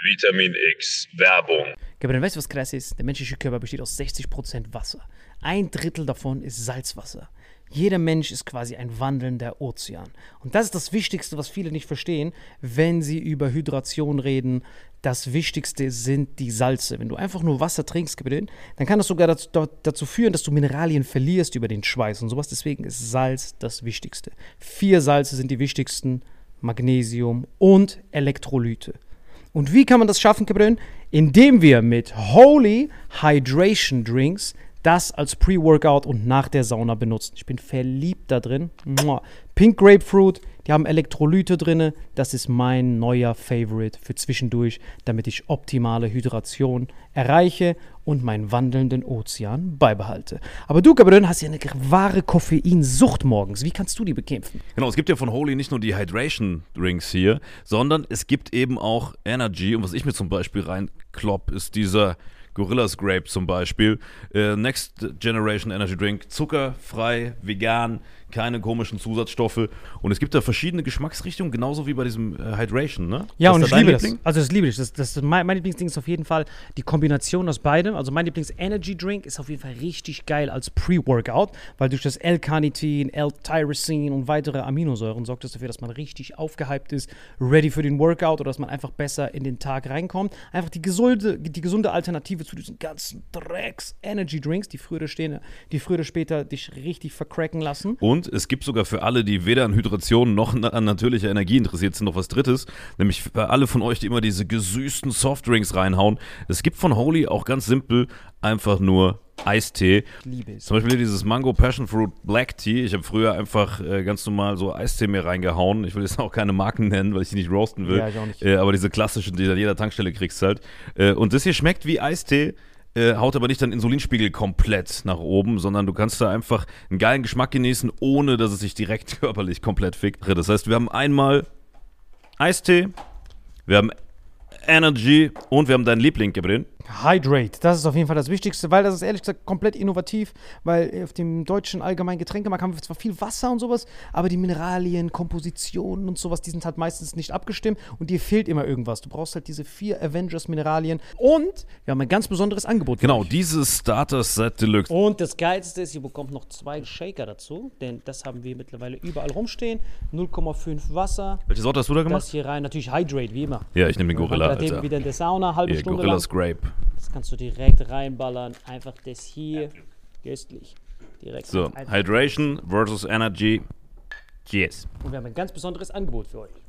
Vitamin X Werbung. Aber dann weißt du, was krass ist? Der menschliche Körper besteht aus 60% Wasser. 1/3 davon ist Salzwasser. Jeder Mensch ist quasi ein wandelnder Ozean. Und das ist das Wichtigste, was viele nicht verstehen, wenn sie über Hydration reden. Das Wichtigste sind die Salze. Wenn du einfach nur Wasser trinkst, dann kann das sogar dazu führen, dass du Mineralien verlierst über den Schweiß und sowas. Deswegen ist Salz das Wichtigste. 4 Salze sind die wichtigsten: Magnesium und Elektrolyte. Und wie kann man das schaffen, Gabriel? Indem wir mit Holy Hydration Drinks das als Pre-Workout und nach der Sauna benutzen. Ich bin verliebt da drin. Pink Grapefruit, die haben Elektrolyte drin. Das ist mein neuer Favorite für zwischendurch, damit ich optimale Hydration erreiche und meinen wandelnden Ozean beibehalte. Aber du, Gabriel, hast ja eine wahre Koffeinsucht morgens. Wie kannst du die bekämpfen? Genau, es gibt ja von Holy nicht nur die Hydration Drinks hier, sondern es gibt eben auch Energy. Und was ich mir zum Beispiel reinklopp, ist dieser Gorillas Grape zum Beispiel. Next Generation Energy Drink. Zuckerfrei, vegan, keine komischen Zusatzstoffe. Und es gibt da verschiedene Geschmacksrichtungen, genauso wie bei diesem Hydration, ne? Ja, und ich liebe das. Also das liebe ich. Mein Lieblingsding ist auf jeden Fall die Kombination aus beidem. Also mein Lieblings-Energy-Drink ist auf jeden Fall richtig geil als Pre-Workout, weil durch das L-Carnitin, L-Tyrosin und weitere Aminosäuren sorgt das dafür, dass man richtig aufgehypt ist, ready für den Workout oder dass man einfach besser in den Tag reinkommt. Einfach die gesunde Alternative zu diesen ganzen Drecks-Energy-Drinks, die früher oder später dich richtig vercracken lassen. Und es gibt sogar für alle, die weder an Hydration noch an natürlicher Energie interessiert sind, noch was Drittes. Nämlich für alle von euch, die immer diese gesüßten Softdrinks reinhauen. Es gibt von Holy auch ganz simpel einfach nur Eistee. Liebe es. Zum Beispiel dieses Mango Passion Fruit Black Tea. Ich habe früher einfach ganz normal so Eistee mir reingehauen. Ich will jetzt auch keine Marken nennen, weil ich die nicht roasten will. Ja, ich auch nicht. Aber diese klassischen, die du an jeder Tankstelle kriegst halt. Und das hier schmeckt wie Eistee. Haut aber nicht deinen Insulinspiegel komplett nach oben, sondern du kannst da einfach einen geilen Geschmack genießen, ohne dass es sich direkt körperlich komplett fickt. Das heißt, wir haben einmal Eistee, wir haben Energy und wir haben deinen Liebling, Gabriel. Hydrate, das ist auf jeden Fall das Wichtigste, weil das ist ehrlich gesagt komplett innovativ, weil auf dem deutschen allgemeinen Getränkemarkt haben wir zwar viel Wasser und sowas, aber die Mineralien, Kompositionen und sowas, die sind halt meistens nicht abgestimmt und dir fehlt immer irgendwas. Du brauchst halt diese 4 Avengers-Mineralien und wir haben ein ganz besonderes Angebot für Genau, euch. dieses Starter Set Deluxe. Und das Geilste ist, ihr bekommt noch 2 Shaker dazu, denn das haben wir mittlerweile überall rumstehen. 0,5 Wasser. Welche Sorte hast du da gemacht? Das hier rein, natürlich Hydrate, wie immer. Ja, ich nehme den Gorilla, Alter. Alter. Wieder in der Sauna, halbe Hier, Stunde Gorillas lang. Grape. Das kannst du direkt reinballern. Einfach das hier. Köstlich. Direkt. So, Hydration versus Energy. Cheers. Und wir haben ein ganz besonderes Angebot für euch.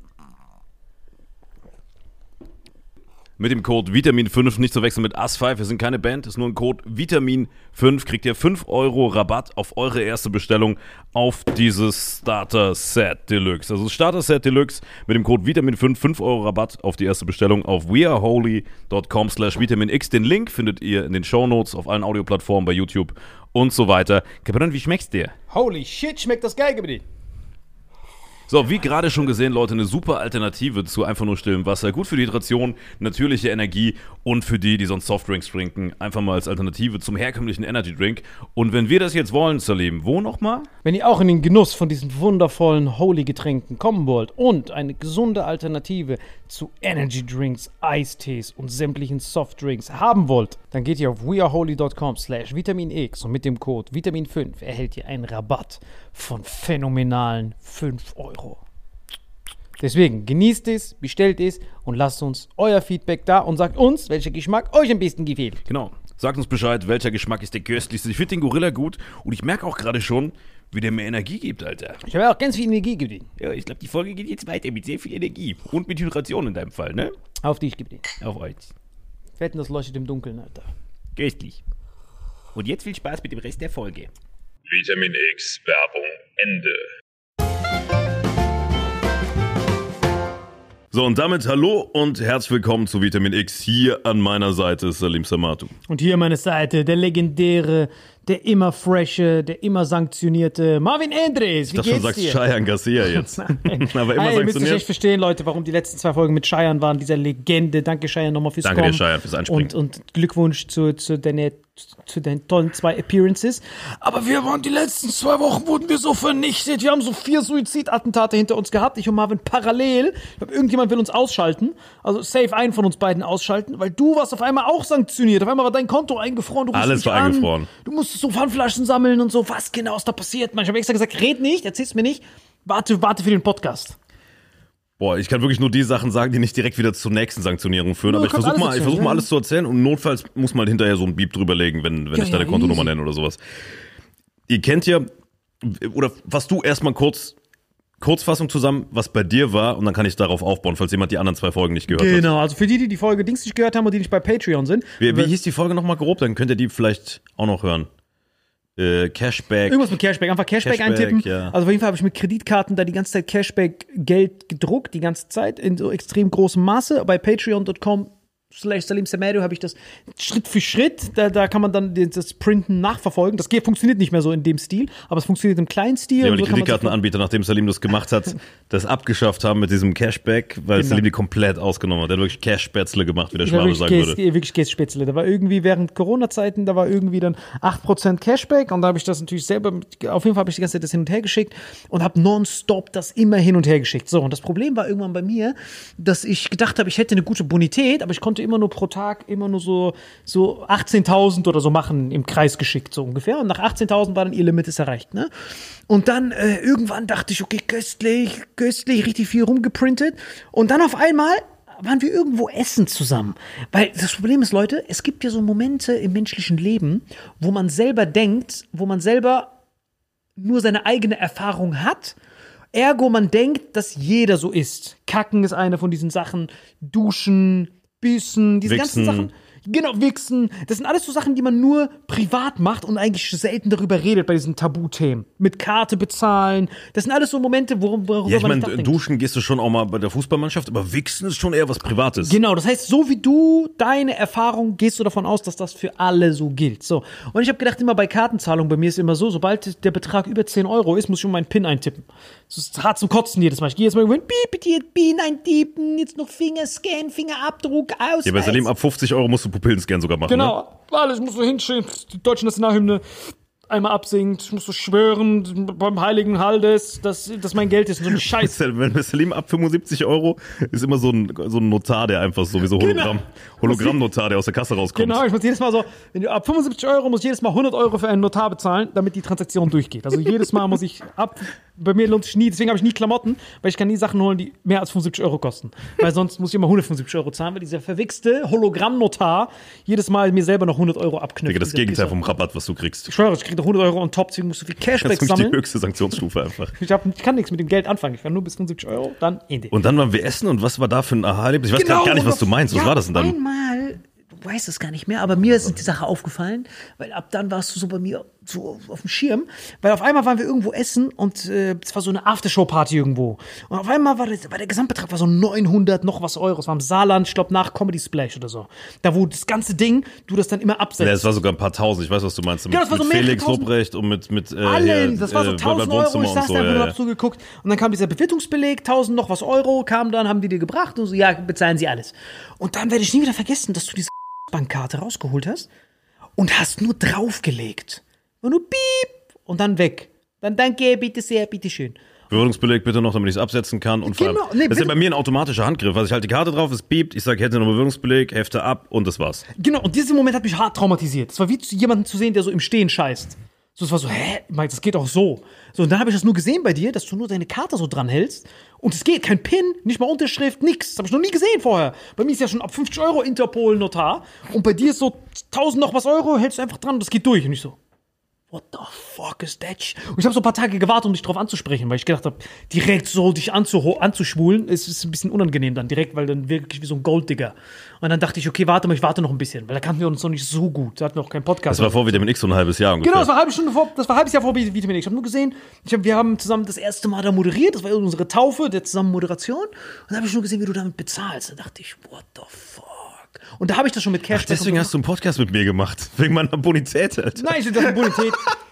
Mit dem Code Vitamin5, nicht zu wechseln mit AS5, wir sind keine Band, ist nur ein Code Vitamin5, kriegt ihr 5 € Rabatt auf eure erste Bestellung auf dieses Starter Set Deluxe. Also Starter Set Deluxe mit dem Code Vitamin5, 5 € Rabatt auf die erste Bestellung auf weareholy.com/vitaminx. Den Link findet ihr in den Shownotes auf allen Audioplattformen, bei YouTube und so weiter. Kapitän, wie schmeckt's dir? Holy shit, schmeckt das geil, Gabriel. So, wie gerade schon gesehen, Leute, eine super Alternative zu einfach nur stillem Wasser. Gut für die Hydration, natürliche Energie und für die sonst Softdrinks trinken. Einfach mal als Alternative zum herkömmlichen Energy Drink. Und wenn wir das jetzt wollen, Salim, wo nochmal? Wenn ihr auch in den Genuss von diesen wundervollen Holy-Getränken kommen wollt und eine gesunde Alternative zu Energy Drinks, Eistees und sämtlichen Softdrinks haben wollt, dann geht ihr auf weareholy.com/vitaminx und mit dem Code Vitamin5 erhält ihr einen Rabatt von phänomenalen 5 €. Deswegen genießt es, bestellt es und lasst uns euer Feedback da und sagt uns, welcher Geschmack euch am besten gefällt. Genau. Sagt uns Bescheid, welcher Geschmack ist der köstlichste. Ich finde den Gorilla gut und ich merke auch gerade schon, wie der mir Energie gibt, Alter. Ich habe auch ganz viel Energie gegeben. Ja, ich glaube, die Folge geht jetzt weiter mit sehr viel Energie. Und mit Hydration in deinem Fall, ne? Auf dich, Gabriel. Auf euch. Wetten, das leuchtet im Dunkeln, Alter. Köstlich. Und jetzt viel Spaß mit dem Rest der Folge. Vitamin X Werbung Ende. So, und damit hallo und herzlich willkommen zu Vitamin X. Hier an meiner Seite ist Salim Samatu. Und hier an meiner Seite der legendäre, der immer frische, der immer sanktionierte Marvin Endres. Wie Ich dachte schon, geht's sagst dir? Cheyenne Garcia jetzt. Aber immer Hey, ihr müsst euch sanktioniert. echt verstehen, Leute, warum die letzten 2 Folgen mit Cheyenne waren. Dieser Legende. Danke, Cheyenne, nochmal fürs Danke dir, Kommen. Cheyenne, fürs Einspringen. Und Glückwunsch zu deiner zu den tollen 2 Appearances. Aber wir waren die letzten 2 Wochen, wurden wir so vernichtet. Wir haben so 4 Suizidattentate hinter uns gehabt. Ich und Marvin parallel. Ich glaube, irgendjemand will uns ausschalten. Also safe einen von uns beiden ausschalten, weil du warst auf einmal auch sanktioniert. Auf einmal war dein Konto eingefroren. Du Alles war eingefroren. Du musstest so Pfandflaschen sammeln und so. Was genau ist da passiert? Ich habe extra gesagt, red nicht, erzähl's mir nicht. Warte für den Podcast. Boah, ich kann wirklich nur die Sachen sagen, die nicht direkt wieder zur nächsten Sanktionierung führen. Aber ich versuche mal alles zu erzählen und notfalls muss man halt hinterher so ein Beep drüberlegen, wenn ich deine Kontonummer nenne oder sowas. Ihr kennt ja, oder fasst du erstmal Kurzfassung zusammen, was bei dir war und dann kann ich darauf aufbauen, falls jemand die anderen 2 Folgen nicht gehört hat. Genau, also für die Folge Dings nicht gehört haben und die nicht bei Patreon sind. Wie hieß die Folge nochmal grob? Dann könnt ihr die vielleicht auch noch hören. Cashback. Irgendwas mit Cashback. Einfach Cashback eintippen. Ja. Also auf jeden Fall habe ich mit Kreditkarten da die ganze Zeit Cashback-Geld gedruckt, die ganze Zeit in so extrem großem Maße. Bei patreon.com/Salim Semedo habe ich das Schritt für Schritt. Da kann man dann das Printen nachverfolgen. Das funktioniert nicht mehr so in dem Stil, aber es funktioniert im kleinen Stil. Ja, aber die Kreditkartenanbieter, nachdem Salim das gemacht hat, das abgeschafft haben mit diesem Cashback, weil Salim die komplett ausgenommen hat. Der hat wirklich Cash-Spätzle gemacht, wie der Schwabe sagen würde. Wirklich Cash-Spätzle. Da war irgendwie während Corona-Zeiten, da war irgendwie dann 8% Cashback und da habe ich das natürlich selber, auf jeden Fall habe ich die ganze Zeit das hin und her geschickt und habe nonstop das immer hin und her geschickt. So, und das Problem war irgendwann bei mir, dass ich gedacht habe, ich hätte eine gute Bonität, aber ich konnte immer nur pro Tag immer nur so 18.000 oder so machen im Kreis geschickt, so ungefähr. Und nach 18.000 war dann ihr Limit ist erreicht, ne? Und dann irgendwann dachte ich, okay, köstlich, richtig viel rumgeprintet. Und dann auf einmal waren wir irgendwo essen zusammen. Weil das Problem ist, Leute, es gibt ja so Momente im menschlichen Leben, wo man selber denkt, wo man selber nur seine eigene Erfahrung hat. Ergo, man denkt, dass jeder so ist. Kacken ist eine von diesen Sachen. Duschen, Bissen, diese ganzen Sachen. Genau, Wichsen. Das sind alles so Sachen, die man nur privat macht und eigentlich selten darüber redet bei diesen Tabuthemen. Mit Karte bezahlen. Das sind alles so Momente, worüber ja, ich meine, duschen gehst du schon auch mal bei der Fußballmannschaft, aber Wichsen ist schon eher was Privates. Genau, das heißt, so wie du deine Erfahrung, gehst du davon aus, dass das für alle so gilt. So. Und ich habe gedacht, immer bei Kartenzahlung, bei mir ist immer so, sobald der Betrag über 10 Euro ist, muss ich meinen PIN eintippen. Das ist hart zum Kotzen jedes Mal. Ich gehe jetzt mal irgendwo hin, PIN eintippen, jetzt noch Fingerscan, Fingerabdruck, Ausweis. Ja, bei Salim ab 50 Euro musst du Pupillenscan sogar machen. Genau, ne? Alles musst du hinstehen, die deutsche Nationalhymne einmal absingt, musst du schwören beim heiligen Haldes, dass mein Geld ist und so ein Scheiß. Wenn Salim ab 75 Euro ist immer so ein Notar, der einfach so wie so Hologramm-Notar, der aus der Kasse rauskommt. Genau, ich muss jedes Mal so, wenn du ab 75 Euro muss ich jedes Mal 100 Euro für einen Notar bezahlen, damit die Transaktion durchgeht. Also jedes Mal muss ich bei mir lohnt sich nie, deswegen habe ich nie Klamotten, weil ich kann nie Sachen holen, die mehr als 75 Euro kosten. Weil sonst muss ich immer 175 Euro zahlen, weil dieser verwichste Hologramm-Notar jedes Mal mir selber noch 100 Euro abknüpft. Digga, das Gegenteil vom Rabatt, was du kriegst. Ich schwöre, ich kriege 100 Euro on top, deswegen musst du viel Cashback sammeln. Das ist die höchste Sanktionsstufe einfach. Ich kann nichts mit dem Geld anfangen. Ich kann nur bis 75 Euro, dann Ende. Und dann waren wir essen und was war da für ein Aha-Erlebnis? Ich weiß gar nicht, was du meinst. Was war das denn dann? Einmal, du weißt es gar nicht mehr, aber mir ist die Sache aufgefallen, weil ab dann warst du so bei mir so auf dem Schirm, weil auf einmal waren wir irgendwo essen und es war so eine Aftershow-Party irgendwo. Und auf einmal war der Gesamtbetrag war so 900 noch was Euro. Es war im Saarland, ich glaube nach Comedy Splash oder so. Da wo das ganze Ding, du das dann immer absetzt. Ja, es war sogar ein paar Tausend, ich weiß, was du meinst. Genau, das war so mit Felix Lobrecht und mit allen, das war so 1000 Euro, ich saß da und hab zugeguckt. Und dann kam dieser Bewirtungsbeleg, 1000 noch was Euro, kam dann, haben die dir gebracht und so, ja, bezahlen sie alles. Und dann werde ich nie wieder vergessen, dass du diese Bankkarte rausgeholt hast und hast nur draufgelegt. Und nur piep und dann weg. Dann danke, bitte sehr, bitte schön. Bewirtungsbeleg bitte noch, damit ich es absetzen kann. Und genau, das ist ja bei mir ein automatischer Handgriff. Also ich halte die Karte drauf, es piept, ich sage, hätte noch Bewirtungsbeleg, Hefte ab und das war's. Genau, und dieser Moment hat mich hart traumatisiert. Es war wie jemanden zu sehen, der so im Stehen scheißt. So, es war so, Mike, das geht auch so. So, und dann habe ich das nur gesehen bei dir, dass du nur deine Karte so dran hältst. Und es geht, kein PIN, nicht mal Unterschrift, nix. Das habe ich noch nie gesehen vorher. Bei mir ist ja schon ab 50 Euro Interpol-Notar. Und bei dir ist so 1000 noch was Euro, hältst du einfach dran und das geht durch. Und ich so, what the fuck is that? Und ich habe so ein paar Tage gewartet, um dich drauf anzusprechen, weil ich gedacht habe, direkt so dich anzuschwulen, ist ein bisschen unangenehm dann direkt, weil dann wirklich wie so ein Golddigger. Und dann dachte ich, okay, ich warte noch ein bisschen, weil da kannten wir uns noch nicht so gut. Da hatten wir auch keinen Podcast. Das war vor Vitamin X so ein halbes Jahr ungefähr. Genau, das war ein halbes Jahr vor Vitamin X. Ich habe nur gesehen, wir haben zusammen das erste Mal da moderiert, das war unsere Taufe, der zusammen Moderation. Und da habe ich nur gesehen, wie du damit bezahlst. Da dachte ich, what the fuck? Und da habe ich das schon mit Cashback. Deswegen hast du einen Podcast mit mir gemacht. Wegen meiner Bonität, Alter. Nein, ich dachte Bonität.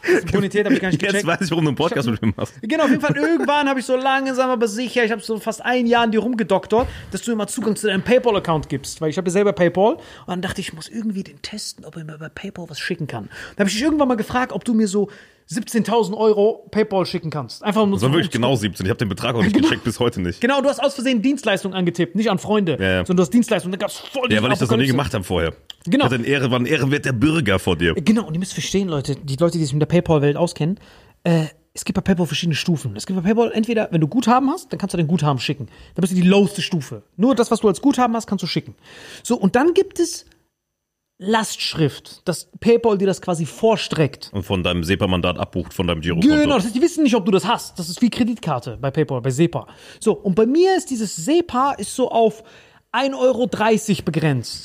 Bonität habe ich gar nicht gecheckt. Jetzt weiß ich, warum du einen Podcast mit mir machst. Genau, auf jeden Fall, irgendwann habe ich so langsam aber sicher, ich habe so fast ein Jahr an dir rumgedoktert, dass du immer Zugang zu deinem PayPal-Account gibst, weil ich habe ja selber PayPal und dann dachte ich muss irgendwie den testen, ob er mir bei PayPal was schicken kann. Dann habe ich dich irgendwann mal gefragt, ob du mir so 17.000 € PayPal schicken kannst. Einfach nur Das war wirklich genau 17. Ich habe den Betrag auch nicht gecheckt, bis heute nicht. Genau, du hast aus Versehen Dienstleistung angetippt, nicht an Freunde, sondern du hast Dienstleistung. Da gab's voll die Ja, weil ich das noch nie Apokalypse. gemacht habe vorher. Genau. Ich hatte war ein ehrenwerter Bürger vor dir. Genau, und ihr müsst verstehen, Leute, die sich mit der PayPal-Welt auskennen, es gibt bei PayPal verschiedene Stufen. Es gibt bei PayPal entweder, wenn du Guthaben hast, dann kannst du den Guthaben schicken. Dann bist du die lowste Stufe. Nur das, was du als Guthaben hast, kannst du schicken. So, und dann gibt es Lastschrift, dass PayPal dir das quasi vorstreckt. Und von deinem SEPA-Mandat abbucht, von deinem Girokonto. Genau, das heißt, die wissen nicht, ob du das hast. Das ist wie Kreditkarte bei PayPal, bei SEPA. So, und bei mir ist dieses SEPA ist so auf 1,30 € begrenzt.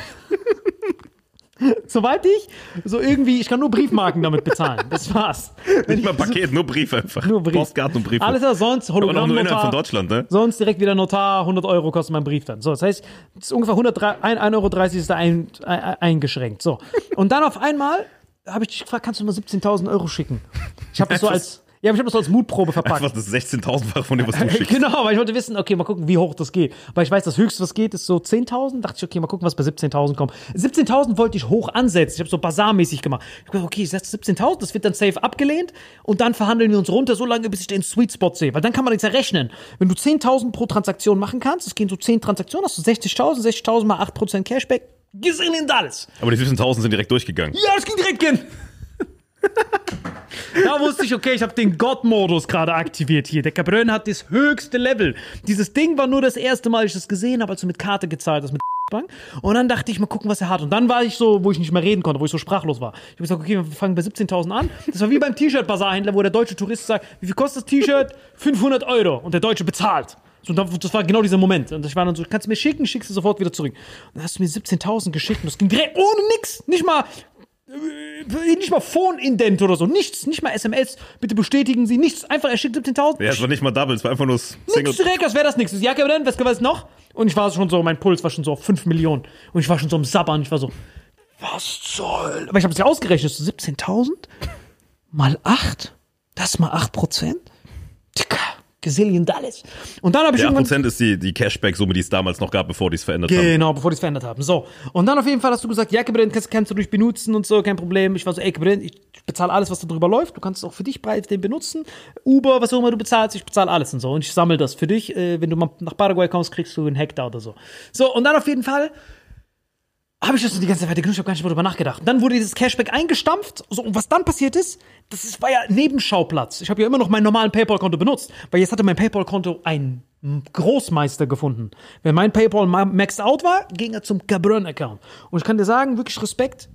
Soweit ich kann nur Briefmarken damit bezahlen. Das war's. Nicht mal Paket, nur Brief einfach. Nur Brief. Postkarten und Briefe. Alles was sonst, Aber auch nur innerhalb Hologramm-Notar. von Deutschland, ne? Sonst direkt wieder Notar, 100 € kostet mein Brief dann. So, das heißt, es ist ungefähr 1,30 € ist da eingeschränkt. So. Und dann auf einmal habe ich dich gefragt, kannst du mir 17.000 € schicken? Ich habe das so als Mutprobe verpackt. Einfach das 16.000-fach von dem, was du schickst. Genau, weil ich wollte wissen, okay, mal gucken, wie hoch das geht. Weil ich weiß, das höchste, was geht, ist so 10.000. Dachte ich, okay, mal gucken, was bei 17.000 kommt. 17.000 wollte ich hoch ansetzen. Ich habe so basarmäßig gemacht. Ich habe gesagt, okay, ich setze 17.000, das wird dann safe abgelehnt. Und dann verhandeln wir uns runter, so lange, bis ich den Sweet Spot sehe. Weil dann kann man jetzt ja rechnen. Wenn du 10.000 pro Transaktion machen kannst, es gehen so 10 Transaktionen, hast du 60.000 mal 8% Cashback. Gesehen in alles. Aber die 17.000 sind direkt durchgegangen. Ja, das ging direkt hin. Da wusste ich, okay, ich habe den God-Modus gerade aktiviert hier. Der Cabrön hat das höchste Level. Dieses Ding war nur das erste Mal, ich das gesehen habe, als du mit Karte gezahlt hast, mit Bank. Und dann dachte ich, mal gucken, was er hat. Und dann war ich so, wo ich nicht mehr reden konnte, wo ich so sprachlos war. Ich habe gesagt, okay, wir fangen bei 17.000 an. Das war wie beim T-Shirt-Bazarhändler, wo der deutsche Tourist sagt, wie viel kostet das T-Shirt? 500 € Und der Deutsche bezahlt. So, das war genau dieser Moment. Und ich war dann so, kannst du mir schicken, schickst du sofort wieder zurück. Und dann hast du mir 17.000 geschickt und das ging direkt ohne nix. Nicht mal Phone-Indent oder so. Nichts, nicht mal SMS. Bitte bestätigen Sie nichts. Einfach, er schickt 17.000. Ja, es war nicht mal Double, es war einfach nur Single. Nichts direkt, als wäre das nichts. Ja, dann, was noch? Und ich war schon so, mein Puls war schon so auf 5 Millionen. Und ich war schon so am Sabbern. Ich war so, was soll? Aber ich habe es ja ausgerechnet. So 17.000 mal 8? Das mal 8%? Dicker. Gazillion Dollars. Und dann habe ich Ja, irgendwann... 8% ist die Cashback-Summe, die es damals noch gab, bevor die es verändert haben. Genau, bevor die es verändert haben. So. Und dann auf jeden Fall hast du gesagt, ja, Cabrin, kannst du durch benutzen und so, kein Problem. Ich war so, ey, Cabrin, ich bezahle alles, was da drüber läuft. Du kannst es auch für dich den benutzen. Uber, was auch immer du bezahlst, ich bezahle alles und so. Und ich sammle das für dich. Wenn du mal nach Paraguay kommst, kriegst du einen Hektar oder so. So, und dann auf jeden Fall habe ich das so die ganze Zeit genug, ich habe gar nicht mehr drüber nachgedacht. Und dann wurde dieses Cashback eingestampft. So, und was dann passiert ist, war ja Nebenschauplatz. Ich habe ja immer noch mein normalen PayPal-Konto benutzt, weil jetzt hatte mein PayPal-Konto einen Großmeister gefunden. Wenn mein PayPal maxed out war, ging er zum Cabrön-Account. Und ich kann dir sagen, wirklich Respekt,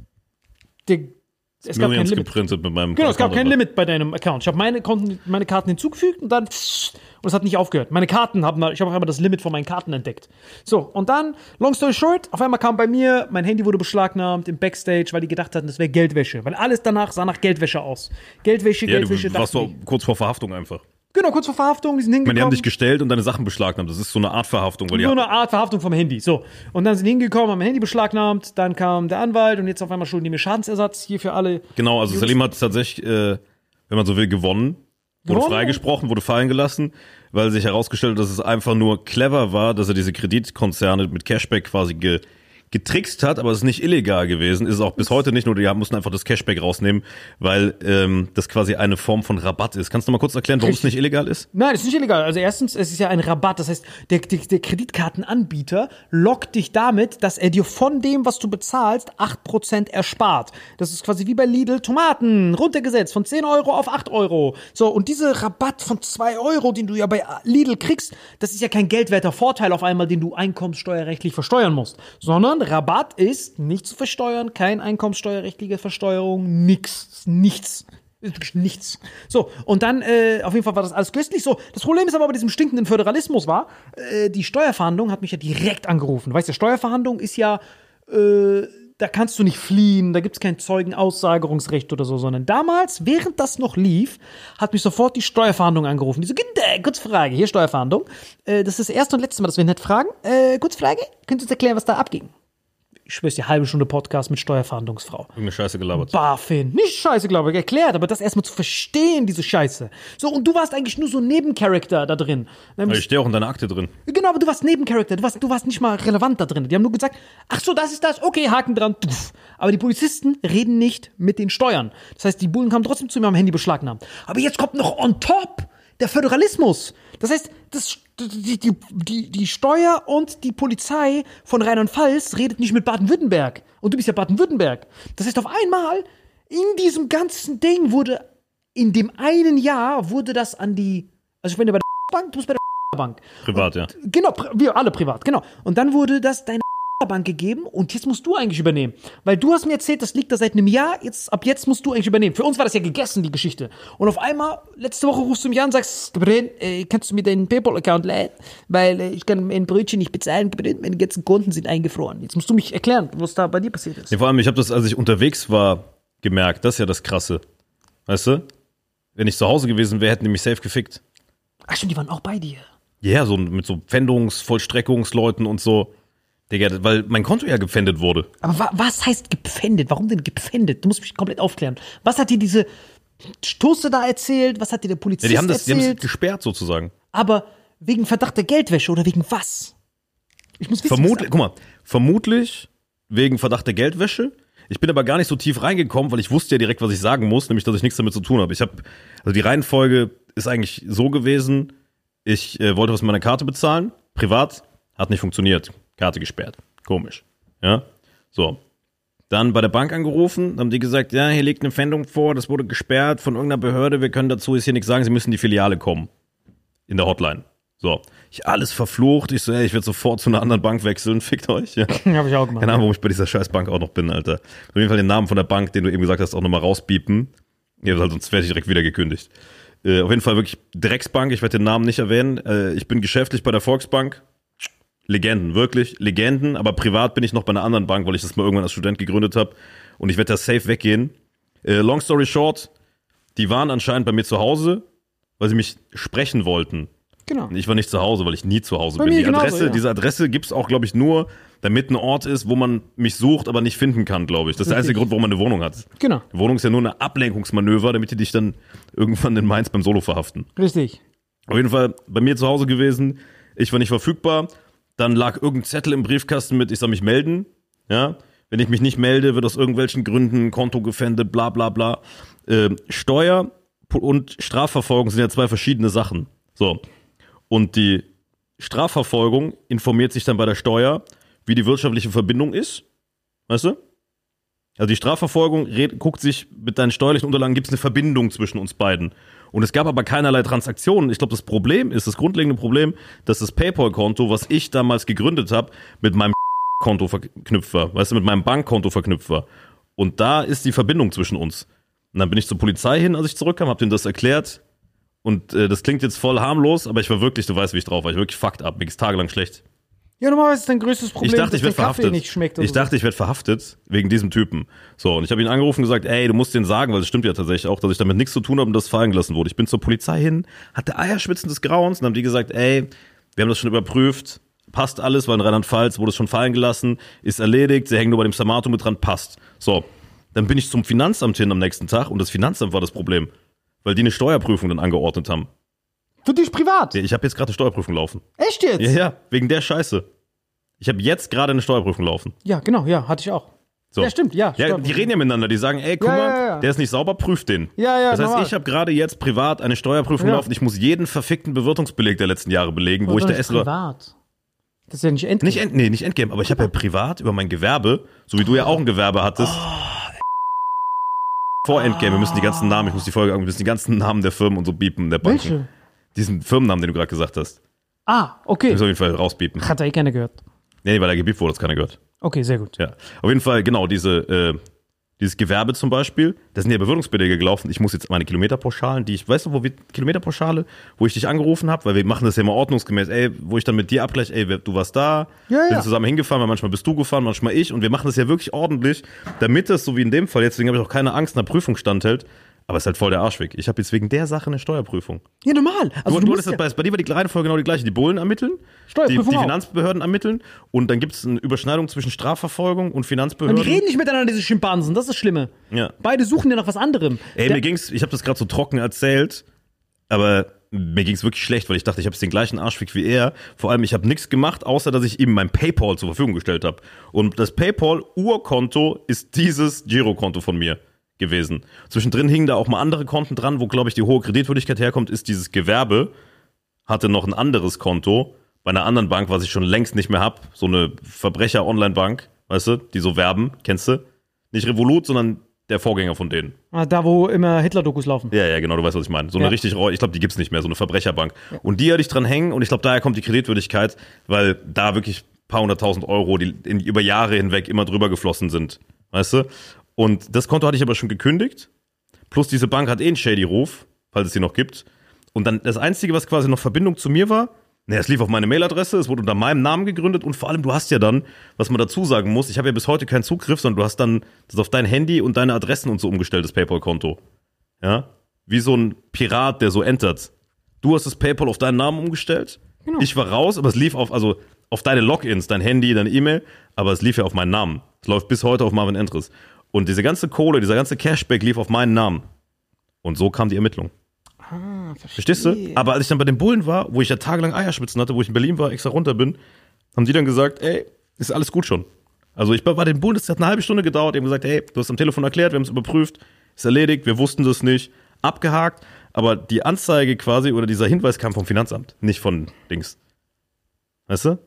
es gab kein Limit. Geprintet mit meinem Genau, es gab Account, kein aber- Limit bei deinem Account. Ich habe meine Karten hinzugefügt und dann und es hat nicht aufgehört. Ich habe auf einmal das Limit von meinen Karten entdeckt. So, und dann, long story short, auf einmal kam bei mir, mein Handy wurde beschlagnahmt im Backstage, weil die gedacht hatten, das wäre Geldwäsche. Weil alles danach sah nach Geldwäsche aus. Geldwäsche. Ja, du warst so kurz vor Verhaftung einfach. Genau, kurz vor Verhaftung, die sind Ich meine, die haben hingekommen. dich gestellt und deine Sachen beschlagnahmt. Das ist so eine Art Verhaftung, weil So eine Art Verhaftung vom Handy. So. Und dann sind die hingekommen, haben mein Handy beschlagnahmt, dann kam der Anwalt und jetzt auf einmal schulden die mir Schadensersatz hier für alle. Genau, also Salim hat tatsächlich, wenn man so will, gewonnen. Wurde Gewonnen? freigesprochen, wurde fallen gelassen, weil sich herausgestellt hat, dass es einfach nur clever war, dass er diese Kreditkonzerne mit Cashback quasi getrickst hat, aber es ist nicht illegal gewesen, ist es auch bis heute nicht, nur die mussten einfach das Cashback rausnehmen, weil das quasi eine Form von Rabatt ist. Kannst du mal kurz erklären, warum es nicht illegal ist? Nein, das ist nicht illegal. Also erstens, es ist ja ein Rabatt. Das heißt, der Kreditkartenanbieter lockt dich damit, dass er dir von dem, was du bezahlst, 8% erspart. Das ist quasi wie bei Lidl Tomaten, runtergesetzt von 10 € auf 8 €. So, und dieser Rabatt von 2 €, den du ja bei Lidl kriegst, das ist ja kein geldwerter Vorteil auf einmal, den du einkommenssteuerrechtlich versteuern musst, sondern Rabatt ist nicht zu versteuern, kein einkommenssteuerrechtliche Versteuerung, nichts. Ist wirklich nichts. So, und dann, auf jeden Fall war das alles köstlich. So, das Problem ist aber bei diesem stinkenden Föderalismus die Steuerverhandlung hat mich ja direkt angerufen. Weißt du, Steuerverhandlung ist ja, da kannst du nicht fliehen, da gibt's kein Zeugenaussagerungsrecht oder so, sondern damals, während das noch lief, hat mich sofort die Steuerverhandlung angerufen. Die so, kurze Frage, hier Steuerverhandlung. Das ist das erste und letzte Mal, dass wir nicht fragen. Kurze Frage, könnt ihr uns erklären, was da abging? ich schwör's dir, halbe Stunde Podcast mit Steuerverhandlungsfrau. Irgendeine Scheiße gelabert. BaFin. Nicht Scheiße, glaube ich, erklärt, aber das erstmal zu verstehen, diese Scheiße. So, und du warst eigentlich nur so ein Nebencharakter da drin. Ich stehe auch in deiner Akte drin. Genau, aber du warst Nebencharakter, du warst nicht mal relevant da drin. Die haben nur gesagt, ach so, das ist das, okay, Haken dran. Aber die Polizisten reden nicht mit den Steuern. Das heißt, die Bullen kamen trotzdem zu mir, haben Handy beschlagnahmt. Aber jetzt kommt noch on top der Föderalismus. Das heißt, die Steuer und die Polizei von Rheinland-Pfalz redet nicht mit Baden-Württemberg. Und du bist ja Baden-Württemberg. Das heißt, auf einmal, in diesem ganzen Ding in dem einen Jahr wurde das an die, also ich bin ja bei der Bank, du bist bei der Bank. Privat, ja. Genau, wir alle privat, genau. Und dann wurde das deine Bank gegeben und jetzt musst du eigentlich übernehmen. Weil du hast mir erzählt, das liegt da seit einem Jahr, ab jetzt musst du eigentlich übernehmen. Für uns war das ja gegessen, die Geschichte. Und auf einmal, letzte Woche rufst du mich an und sagst, Gabriel, kannst du mir deinen PayPal-Account leihen? Weil ich kann mein Brötchen nicht bezahlen, Gabriel, meine ganzen Konten sind eingefroren. Jetzt musst du mich erklären, was da bei dir passiert ist. Ja, vor allem, ich habe das, als ich unterwegs war, gemerkt. Das ist ja das Krasse. Weißt du? Wenn ich zu Hause gewesen wäre, hätten die mich safe gefickt. Ach stimmt, die waren auch bei dir. Ja, so mit so Vollstreckungsleuten und so. Digga, weil mein Konto ja gepfändet wurde. Aber was heißt gepfändet? Warum denn gepfändet? Du musst mich komplett aufklären. Was hat dir diese Stoße da erzählt? Was hat dir der Polizist Ja, die haben das gesperrt sozusagen. Aber wegen Verdacht der Geldwäsche oder wegen was? Ich muss wissen, Vermutlich wegen Verdacht der Geldwäsche. Ich bin aber gar nicht so tief reingekommen, weil ich wusste ja direkt, was ich sagen muss, nämlich, dass ich nichts damit zu tun habe. Also die Reihenfolge ist eigentlich so gewesen, ich wollte was mit meiner Karte bezahlen, privat, hat nicht funktioniert. Karte gesperrt. Komisch. Ja? So. Dann bei der Bank angerufen, haben die gesagt, ja, hier liegt eine Pfändung vor, das wurde gesperrt von irgendeiner Behörde, wir können dazu jetzt hier nichts sagen, sie müssen in die Filiale kommen. In der Hotline. So. Ich alles verflucht, ich so, ey, ich werde sofort zu einer anderen Bank wechseln, fickt euch. Ja. Hab ich auch gemacht. Keine Ahnung, warum ich bei dieser scheiß Bank auch noch bin, Alter. Auf jeden Fall den Namen von der Bank, den du eben gesagt hast, auch nochmal rausbiepen. Ja, sonst werde ich direkt wieder gekündigt. Auf jeden Fall wirklich Drecksbank, ich werde den Namen nicht erwähnen. Ich bin geschäftlich bei der Volksbank. Legenden, wirklich, Legenden, aber privat bin ich noch bei einer anderen Bank, weil ich das mal irgendwann als Student gegründet habe und ich werde da safe weggehen. Long story short, die waren anscheinend bei mir zu Hause, weil sie mich sprechen wollten. Genau. Ich war nicht zu Hause, weil ich nie zu Hause bei bin. Mir genauso, ja. Diese Adresse gibt's auch, glaube ich, nur, damit ein Ort ist, wo man mich sucht, aber nicht finden kann, glaube ich. Das ist der einzige Grund, warum man eine Wohnung hat. Genau. Die Wohnung ist ja nur eine Ablenkungsmanöver, damit die dich dann irgendwann in Mainz beim Solo verhaften. Richtig. Auf jeden Fall bei mir zu Hause gewesen, ich war nicht verfügbar. Dann lag irgendein Zettel im Briefkasten mit, ich soll mich melden. Ja, wenn ich mich nicht melde, wird aus irgendwelchen Gründen Konto gefändet, bla bla bla. Steuer und Strafverfolgung sind ja zwei verschiedene Sachen. So. Und die Strafverfolgung informiert sich dann bei der Steuer, wie die wirtschaftliche Verbindung ist. Weißt du? Also die Strafverfolgung guckt sich mit deinen steuerlichen Unterlagen, gibt es eine Verbindung zwischen uns beiden. Und es gab aber keinerlei Transaktionen. Ich glaube, das grundlegende Problem, dass das PayPal-Konto, was ich damals gegründet habe, mit meinem Konto verknüpft war. Weißt du, mit meinem Bankkonto verknüpft war. Und da ist die Verbindung zwischen uns. Und dann bin ich zur Polizei hin, als ich zurückkam, hab denen das erklärt. Und das klingt jetzt voll harmlos, aber ich war wirklich, du weißt, wie ich drauf war. Ich war wirklich fucked up. Mir ging's tagelang schlecht. Ja, normalerweise ist dein größtes Problem, dass der Kaffee nicht schmeckt. Ich dachte, ich werde verhaftet wegen diesem Typen. So, und ich habe ihn angerufen und gesagt, ey, du musst denen sagen, weil es stimmt ja tatsächlich auch, dass ich damit nichts zu tun habe und das fallen gelassen wurde. Ich bin zur Polizei hin, hatte Eierschwitzen des Grauens und haben die gesagt, ey, wir haben das schon überprüft, passt alles, weil in Rheinland-Pfalz wurde es schon fallen gelassen, ist erledigt, sie hängen nur bei dem Samato mit dran, passt. So, dann bin ich zum Finanzamt hin am nächsten Tag und das Finanzamt war das Problem, weil die eine Steuerprüfung dann angeordnet haben. Für dich privat? Ja, ich habe jetzt gerade eine Steuerprüfung laufen. Echt jetzt? Ja, wegen der Scheiße. Ich habe jetzt gerade eine Steuerprüfung laufen. Ja, genau, ja, hatte ich auch. So. Ja, stimmt, ja. Ja, die reden ja miteinander, die sagen, ey, guck mal, der ist nicht sauber, prüft den. Ja, das heißt, normal. ich habe gerade jetzt privat eine Steuerprüfung laufen, ich muss jeden verfickten Bewirtungsbeleg der letzten Jahre belegen, wo ich der Essler... Privat. Das ist ja nicht Endgame. Nicht Endgame, aber ich habe ja privat über mein Gewerbe, so wie du ja auch ein Gewerbe hattest, vor Endgame, wir müssen die ganzen Namen, ich muss die Folge wir müssen die ganzen Namen der Firmen und so biepen, der Banken. Welche? Diesen Firmennamen, den du gerade gesagt hast. Ah, okay. Müssen wir auf jeden Fall rausbiepen. Hat er keiner gehört. Nee, weil er gebiept wurde, das keiner gehört. Okay, sehr gut. Ja, auf jeden Fall, genau, dieses Gewerbe zum Beispiel, da sind ja Bewirtungsbelege gelaufen. Ich muss jetzt meine Kilometerpauschalen, weißt du, Kilometerpauschale, wo ich dich angerufen habe, weil wir machen das ja immer ordnungsgemäß, ey, wo ich dann mit dir abgleiche, ey, du warst da, wir sind zusammen hingefahren, weil manchmal bist du gefahren, manchmal ich und wir machen das ja wirklich ordentlich, damit das, so wie in dem Fall, jetzt, deswegen habe ich auch keine Angst, einer Prüfung standhält, Aber es ist halt voll der Arschweg. Ich habe jetzt wegen der Sache eine Steuerprüfung. Ja, normal. Also Du hattest bei dir war die Reihenfolge genau die gleiche. Die Bullen ermitteln, Steuerprüfung die auch. Finanzbehörden ermitteln und dann gibt es eine Überschneidung zwischen Strafverfolgung und Finanzbehörden. Und die reden nicht miteinander, diese Schimpansen, das ist das Schlimme. Ja. Beide suchen ja nach was anderem. Ey, ich habe das gerade so trocken erzählt, aber mir ging's wirklich schlecht, weil ich dachte, ich habe jetzt den gleichen Arschweg wie er. Vor allem, ich habe nichts gemacht, außer dass ich ihm mein PayPal zur Verfügung gestellt habe. Und das PayPal-Urkonto ist dieses Girokonto von mir gewesen. Zwischendrin hingen da auch mal andere Konten dran, wo, glaube ich, die hohe Kreditwürdigkeit herkommt, ist dieses Gewerbe. Hatte noch ein anderes Konto bei einer anderen Bank, was ich schon längst nicht mehr hab. So eine Verbrecher-Online-Bank, weißt du, die so werben, kennst du? Nicht Revolut, sondern der Vorgänger von denen. Da, wo immer Hitler-Dokus laufen. Ja, genau, du weißt, was ich meine. So eine Ja. richtig, ich glaube, die gibt's nicht mehr, so eine Verbrecherbank. Ja. Und die hatte ich dran hängen und ich glaube, daher kommt die Kreditwürdigkeit, weil da wirklich ein paar 100.000 Euro, die über Jahre hinweg immer drüber geflossen sind, weißt du? Und das Konto hatte ich aber schon gekündigt, plus diese Bank hat einen Shady-Ruf, falls es sie noch gibt. Und dann das Einzige, was quasi noch Verbindung zu mir war, es lief auf meine Mailadresse, es wurde unter meinem Namen gegründet und vor allem, du hast ja dann, was man dazu sagen muss, ich habe ja bis heute keinen Zugriff, sondern du hast dann das auf dein Handy und deine Adressen und so umgestelltes PayPal-Konto. Ja? Wie so ein Pirat, der so entert. Du hast das PayPal auf deinen Namen umgestellt, genau. Ich war raus, aber es lief auf deine Logins, dein Handy, deine E-Mail, aber es lief ja auf meinen Namen. Es läuft bis heute auf Marvin Endres. Und diese ganze Kohle, dieser ganze Cashback lief auf meinen Namen. Und so kam die Ermittlung. Verstehst du? Aber als ich dann bei den Bullen war, wo ich ja tagelang Eierschwitzen hatte, wo ich in Berlin war, extra runter bin, haben die dann gesagt, ey, ist alles gut schon. Also ich war bei den Bullen, das hat eine halbe Stunde gedauert, die haben gesagt, hey, du hast am Telefon erklärt, wir haben es überprüft, ist erledigt, wir wussten das nicht, abgehakt, aber die Anzeige quasi oder dieser Hinweis kam vom Finanzamt, nicht von Dings. Weißt du?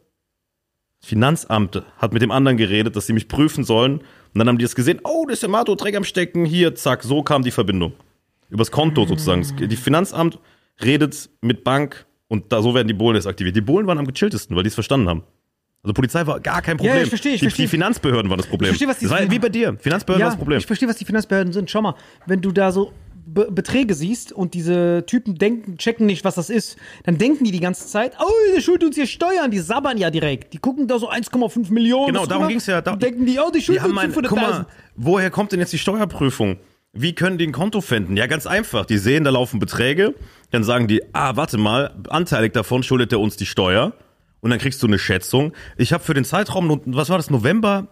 Das Finanzamt hat mit dem anderen geredet, dass sie mich prüfen sollen und dann haben die das gesehen, oh, das ist der Mato, Dreck am Stecken, hier, zack, so kam die Verbindung. Übers Konto sozusagen. Die Finanzamt redet mit Bank und so werden die Bullen jetzt aktiviert. Die Bullen waren am gechilltesten, weil die es verstanden haben. Also Polizei war gar kein Problem. Ja, ich verstehe. Die Finanzbehörden waren das Problem. Ich verstehe, was die das war wie bei dir. Finanzbehörden war das Problem. Ich verstehe, was die Finanzbehörden sind. Schau mal, wenn du da so Beträge siehst und diese Typen checken nicht, was das ist, dann denken die ganze Zeit, oh, der schuldet uns hier Steuern. Die sabbern ja direkt. Die gucken da so 1,5 Millionen. Genau, darum ging's ja. Und denken die, oh, die schulden uns 500.000. Guck mal, woher kommt denn jetzt die Steuerprüfung? Wie können die ein Konto finden? Ja, ganz einfach. Die sehen, da laufen Beträge. Dann sagen die, warte mal, anteilig davon schuldet er uns die Steuer. Und dann kriegst du eine Schätzung. Ich habe für den Zeitraum, was war das, November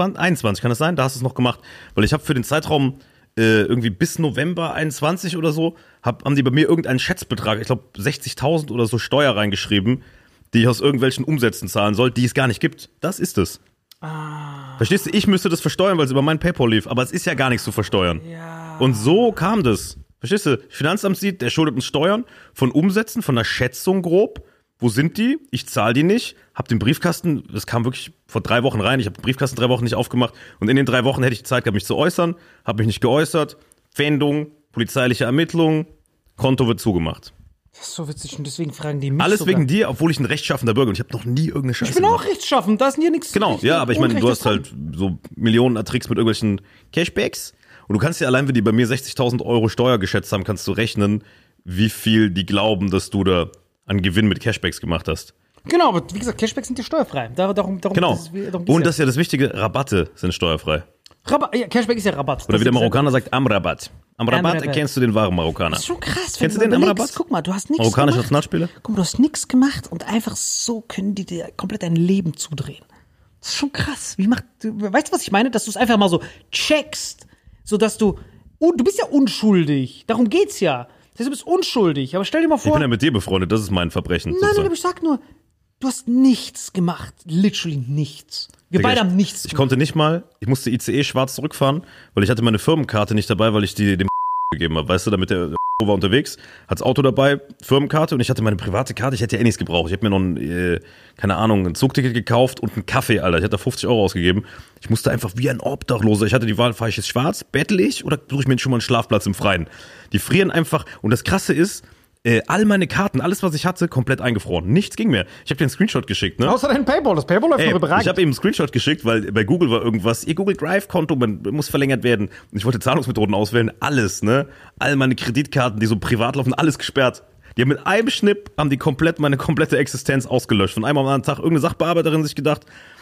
21, kann das sein? Da hast du es noch gemacht. Weil ich habe für den Zeitraum irgendwie bis November 21 oder so, haben die bei mir irgendeinen Schätzbetrag, ich glaube 60.000 oder so Steuer reingeschrieben, die ich aus irgendwelchen Umsätzen zahlen soll, die es gar nicht gibt. Das ist es. Verstehst du, ich müsste das versteuern, weil es über mein PayPal lief, aber es ist ja gar nichts zu versteuern. Ja. Und so kam das. Verstehst du, Finanzamt sieht, der schuldet uns Steuern von Umsätzen, von einer Schätzung grob. Wo sind die? Ich zahle die nicht, hab den Briefkasten, das kam wirklich vor 3 Wochen rein, ich habe den Briefkasten 3 Wochen nicht aufgemacht und in den 3 Wochen hätte ich Zeit gehabt, mich zu äußern, habe mich nicht geäußert, Pfändung, polizeiliche Ermittlungen, Konto wird zugemacht. Das ist so witzig und deswegen fragen die mich alles sogar. Wegen dir, obwohl ich ein rechtschaffender Bürger bin und ich habe noch nie irgendeine Scheiße Ich bin auch rechtschaffend, da ist hier nichts. Genau, ja, aber ich meine, du hast halt so Millionen Tricks mit irgendwelchen Cashbacks und du kannst ja allein, wenn die bei mir 60.000 Euro Steuer geschätzt haben, kannst du rechnen, wie viel die glauben, dass du da an Gewinn mit Cashbacks gemacht hast. Genau, aber wie gesagt, Cashbacks sind ja steuerfrei. Darum genau. Und das ist ja das Wichtige, Rabatte sind steuerfrei. Ja, Cashback ist ja Rabatt. Oder wie der Marokkaner sagt, am Rabatt. Am Rabatt erkennst du den wahren Marokkaner. Das ist schon krass. Kennst du den am Rabatt? Guck mal, du hast nichts Marokkanische gemacht. Nationalspieler? Guck mal, du hast nichts gemacht und einfach so können die dir komplett dein Leben zudrehen. Das ist schon krass. Weißt du, was ich meine? Dass du es einfach mal so checkst, sodass du bist ja unschuldig. Darum geht's ja. Das heißt, du bist unschuldig. Aber stell dir mal vor. Ich bin ja mit dir befreundet, das ist mein Verbrechen. Nein, aber ich sag nur, du hast nichts gemacht. Literally nichts. Wir beide haben nichts gemacht. Ich konnte nicht mal, ich musste ICE schwarz zurückfahren, weil ich hatte meine Firmenkarte nicht dabei, weil ich die dem gegeben habe. Weißt du, damit der war unterwegs, hat das Auto dabei, Firmenkarte und ich hatte meine private Karte, ich hätte ja eh nichts gebraucht. Ich habe mir noch ein Zugticket gekauft und einen Kaffee, Alter. Ich hatte da 50 Euro ausgegeben. Ich musste einfach wie ein Obdachloser, ich hatte die Wahl, fahre ich jetzt schwarz, bettel ich oder suche ich mir schon mal einen Schlafplatz im Freien? Die frieren einfach und das Krasse ist, all meine Karten, alles was ich hatte, komplett eingefroren. Nichts ging mehr. Ich habe dir einen Screenshot geschickt, ne? Außer dein PayPal. Das PayPal läuft noch überragend. Ich habe eben einen Screenshot geschickt, weil bei Google war irgendwas, ihr Google Drive-Konto muss verlängert werden. Und ich wollte Zahlungsmethoden auswählen, alles, ne? All meine Kreditkarten, die so privat laufen, alles gesperrt. Die haben mit einem Schnipp, meine komplette Existenz ausgelöscht. Von einem am anderen Tag irgendeine Sachbearbeiterin sich gedacht,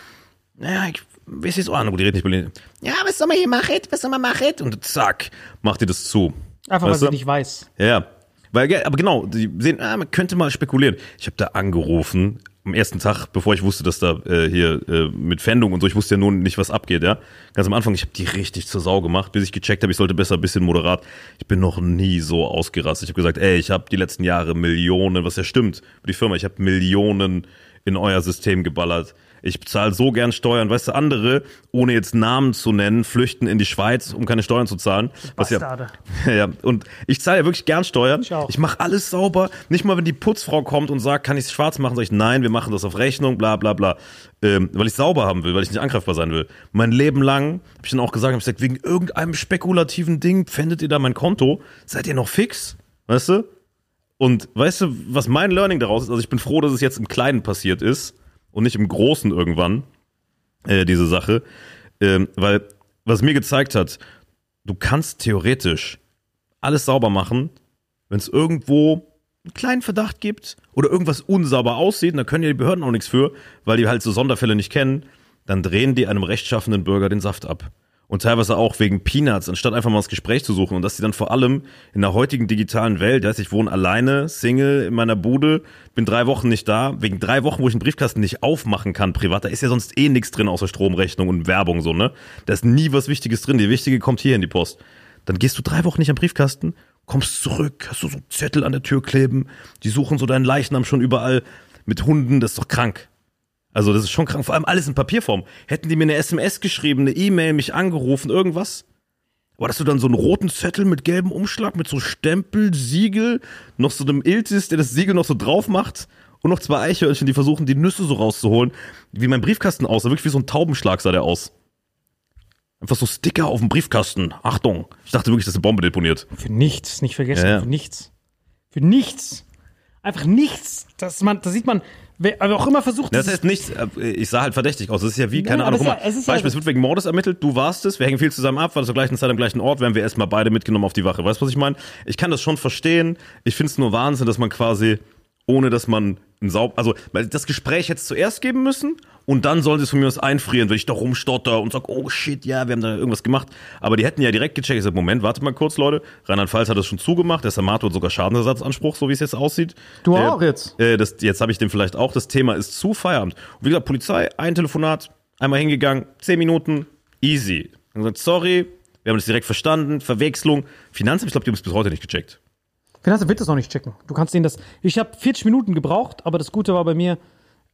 naja, ich weiß jetzt auch, gut, die redet nicht Berlin. Ja, was soll man hier machen? Was soll man machen? Und zack, macht ihr das zu. Einfach, weil Weißt du? sie nicht weiß. Ja. Aber genau, die sehen, man könnte mal spekulieren. Ich habe da angerufen am ersten Tag, bevor ich wusste, dass da mit Pfändung und so, ich wusste ja nun nicht, was abgeht, ja. Ganz am Anfang, ich habe die richtig zur Sau gemacht, bis ich gecheckt habe, ich sollte besser ein bisschen moderat. Ich bin noch nie so ausgerastet. Ich habe gesagt, ich habe die letzten Jahre Millionen, was ja stimmt, für die Firma, ich habe Millionen in euer System geballert. Ich bezahle so gern Steuern. Weißt du, andere, ohne jetzt Namen zu nennen, flüchten in die Schweiz, um keine Steuern zu zahlen. Bastarde. Ja, und ich zahle ja wirklich gern Steuern. Ich auch. Ich mache alles sauber. Nicht mal, wenn die Putzfrau kommt und sagt, kann ich es schwarz machen, sage ich, nein, wir machen das auf Rechnung, bla bla bla. Weil ich sauber haben will, weil ich nicht angreifbar sein will. Mein Leben lang, habe ich dann auch gesagt, wegen irgendeinem spekulativen Ding pfändet ihr da mein Konto. Seid ihr noch fix? Weißt du? Und weißt du, was mein Learning daraus ist? Also ich bin froh, dass es jetzt im Kleinen passiert ist und nicht im Großen irgendwann, diese Sache. Weil, was mir gezeigt hat, du kannst theoretisch alles sauber machen, wenn es irgendwo einen kleinen Verdacht gibt oder irgendwas unsauber aussieht, und da können ja die Behörden auch nichts für, weil die halt so Sonderfälle nicht kennen, dann drehen die einem rechtschaffenden Bürger den Saft ab. Und teilweise auch wegen Peanuts, anstatt einfach mal das Gespräch zu suchen. Und dass die dann vor allem in der heutigen digitalen Welt, ich wohne alleine, Single in meiner Bude, bin 3 Wochen nicht da, wegen 3 Wochen, wo ich einen Briefkasten nicht aufmachen kann privat, da ist ja sonst nichts drin außer Stromrechnung und Werbung so, ne? Da ist nie was Wichtiges drin, die Wichtige kommt hier in die Post. Dann gehst du 3 Wochen nicht am Briefkasten, kommst zurück, hast du so Zettel an der Tür kleben, die suchen so deinen Leichnam schon überall mit Hunden, das ist doch krank. Also das ist schon krank, vor allem alles in Papierform. Hätten die mir eine SMS geschrieben, eine E-Mail, mich angerufen, irgendwas? Aber dass du dann so einen roten Zettel mit gelbem Umschlag, mit so Stempel, Siegel, noch so einem Iltis, der das Siegel noch so drauf macht und noch 2 Eichhörnchen, die versuchen, die Nüsse so rauszuholen, wie mein Briefkasten aussah, wirklich wie so ein Taubenschlag sah der aus. Einfach so Sticker auf dem Briefkasten. Achtung, ich dachte wirklich, dass eine Bombe deponiert. Für nichts, nicht vergessen, Ja. für nichts. Für nichts. Einfach nichts. Da sieht man, wer auch immer versucht, Das heißt nichts, ich sah halt verdächtig aus. Das ist ja wie, keine Ja, Ahnung, aber guck mal, es ist ja- Beispiel, es wird wegen Mordes ermittelt, du warst es, wir hängen viel zusammen ab, weil zur gleichen Zeit am gleichen Ort, wären wir erstmal beide mitgenommen auf die Wache. Weißt du, was ich meine? Ich kann das schon verstehen. Ich finde es nur Wahnsinn, dass man quasi, ohne dass man weil das Gespräch hätte es zuerst geben müssen und dann sollen sie es von mir aus einfrieren, wenn ich da rumstotter und sag, oh shit, ja, wir haben da irgendwas gemacht. Aber die hätten ja direkt gecheckt. Ich sag, Moment, warte mal kurz, Leute. Rheinland-Pfalz hat das schon zugemacht. Der Samato hat sogar Schadensersatzanspruch, so wie es jetzt aussieht. Du auch jetzt. Jetzt habe ich den vielleicht auch. Das Thema ist zu Feierabend. Und wie gesagt, Polizei, ein Telefonat, einmal hingegangen, 10 Minuten, easy. Dann gesagt, sorry, wir haben das direkt verstanden, Verwechslung. Finanzamt, ich glaube, die haben es bis heute nicht gecheckt. Finanzamt wird das noch nicht checken. Du kannst denen das. Ich habe 40 Minuten gebraucht, aber das Gute war bei mir,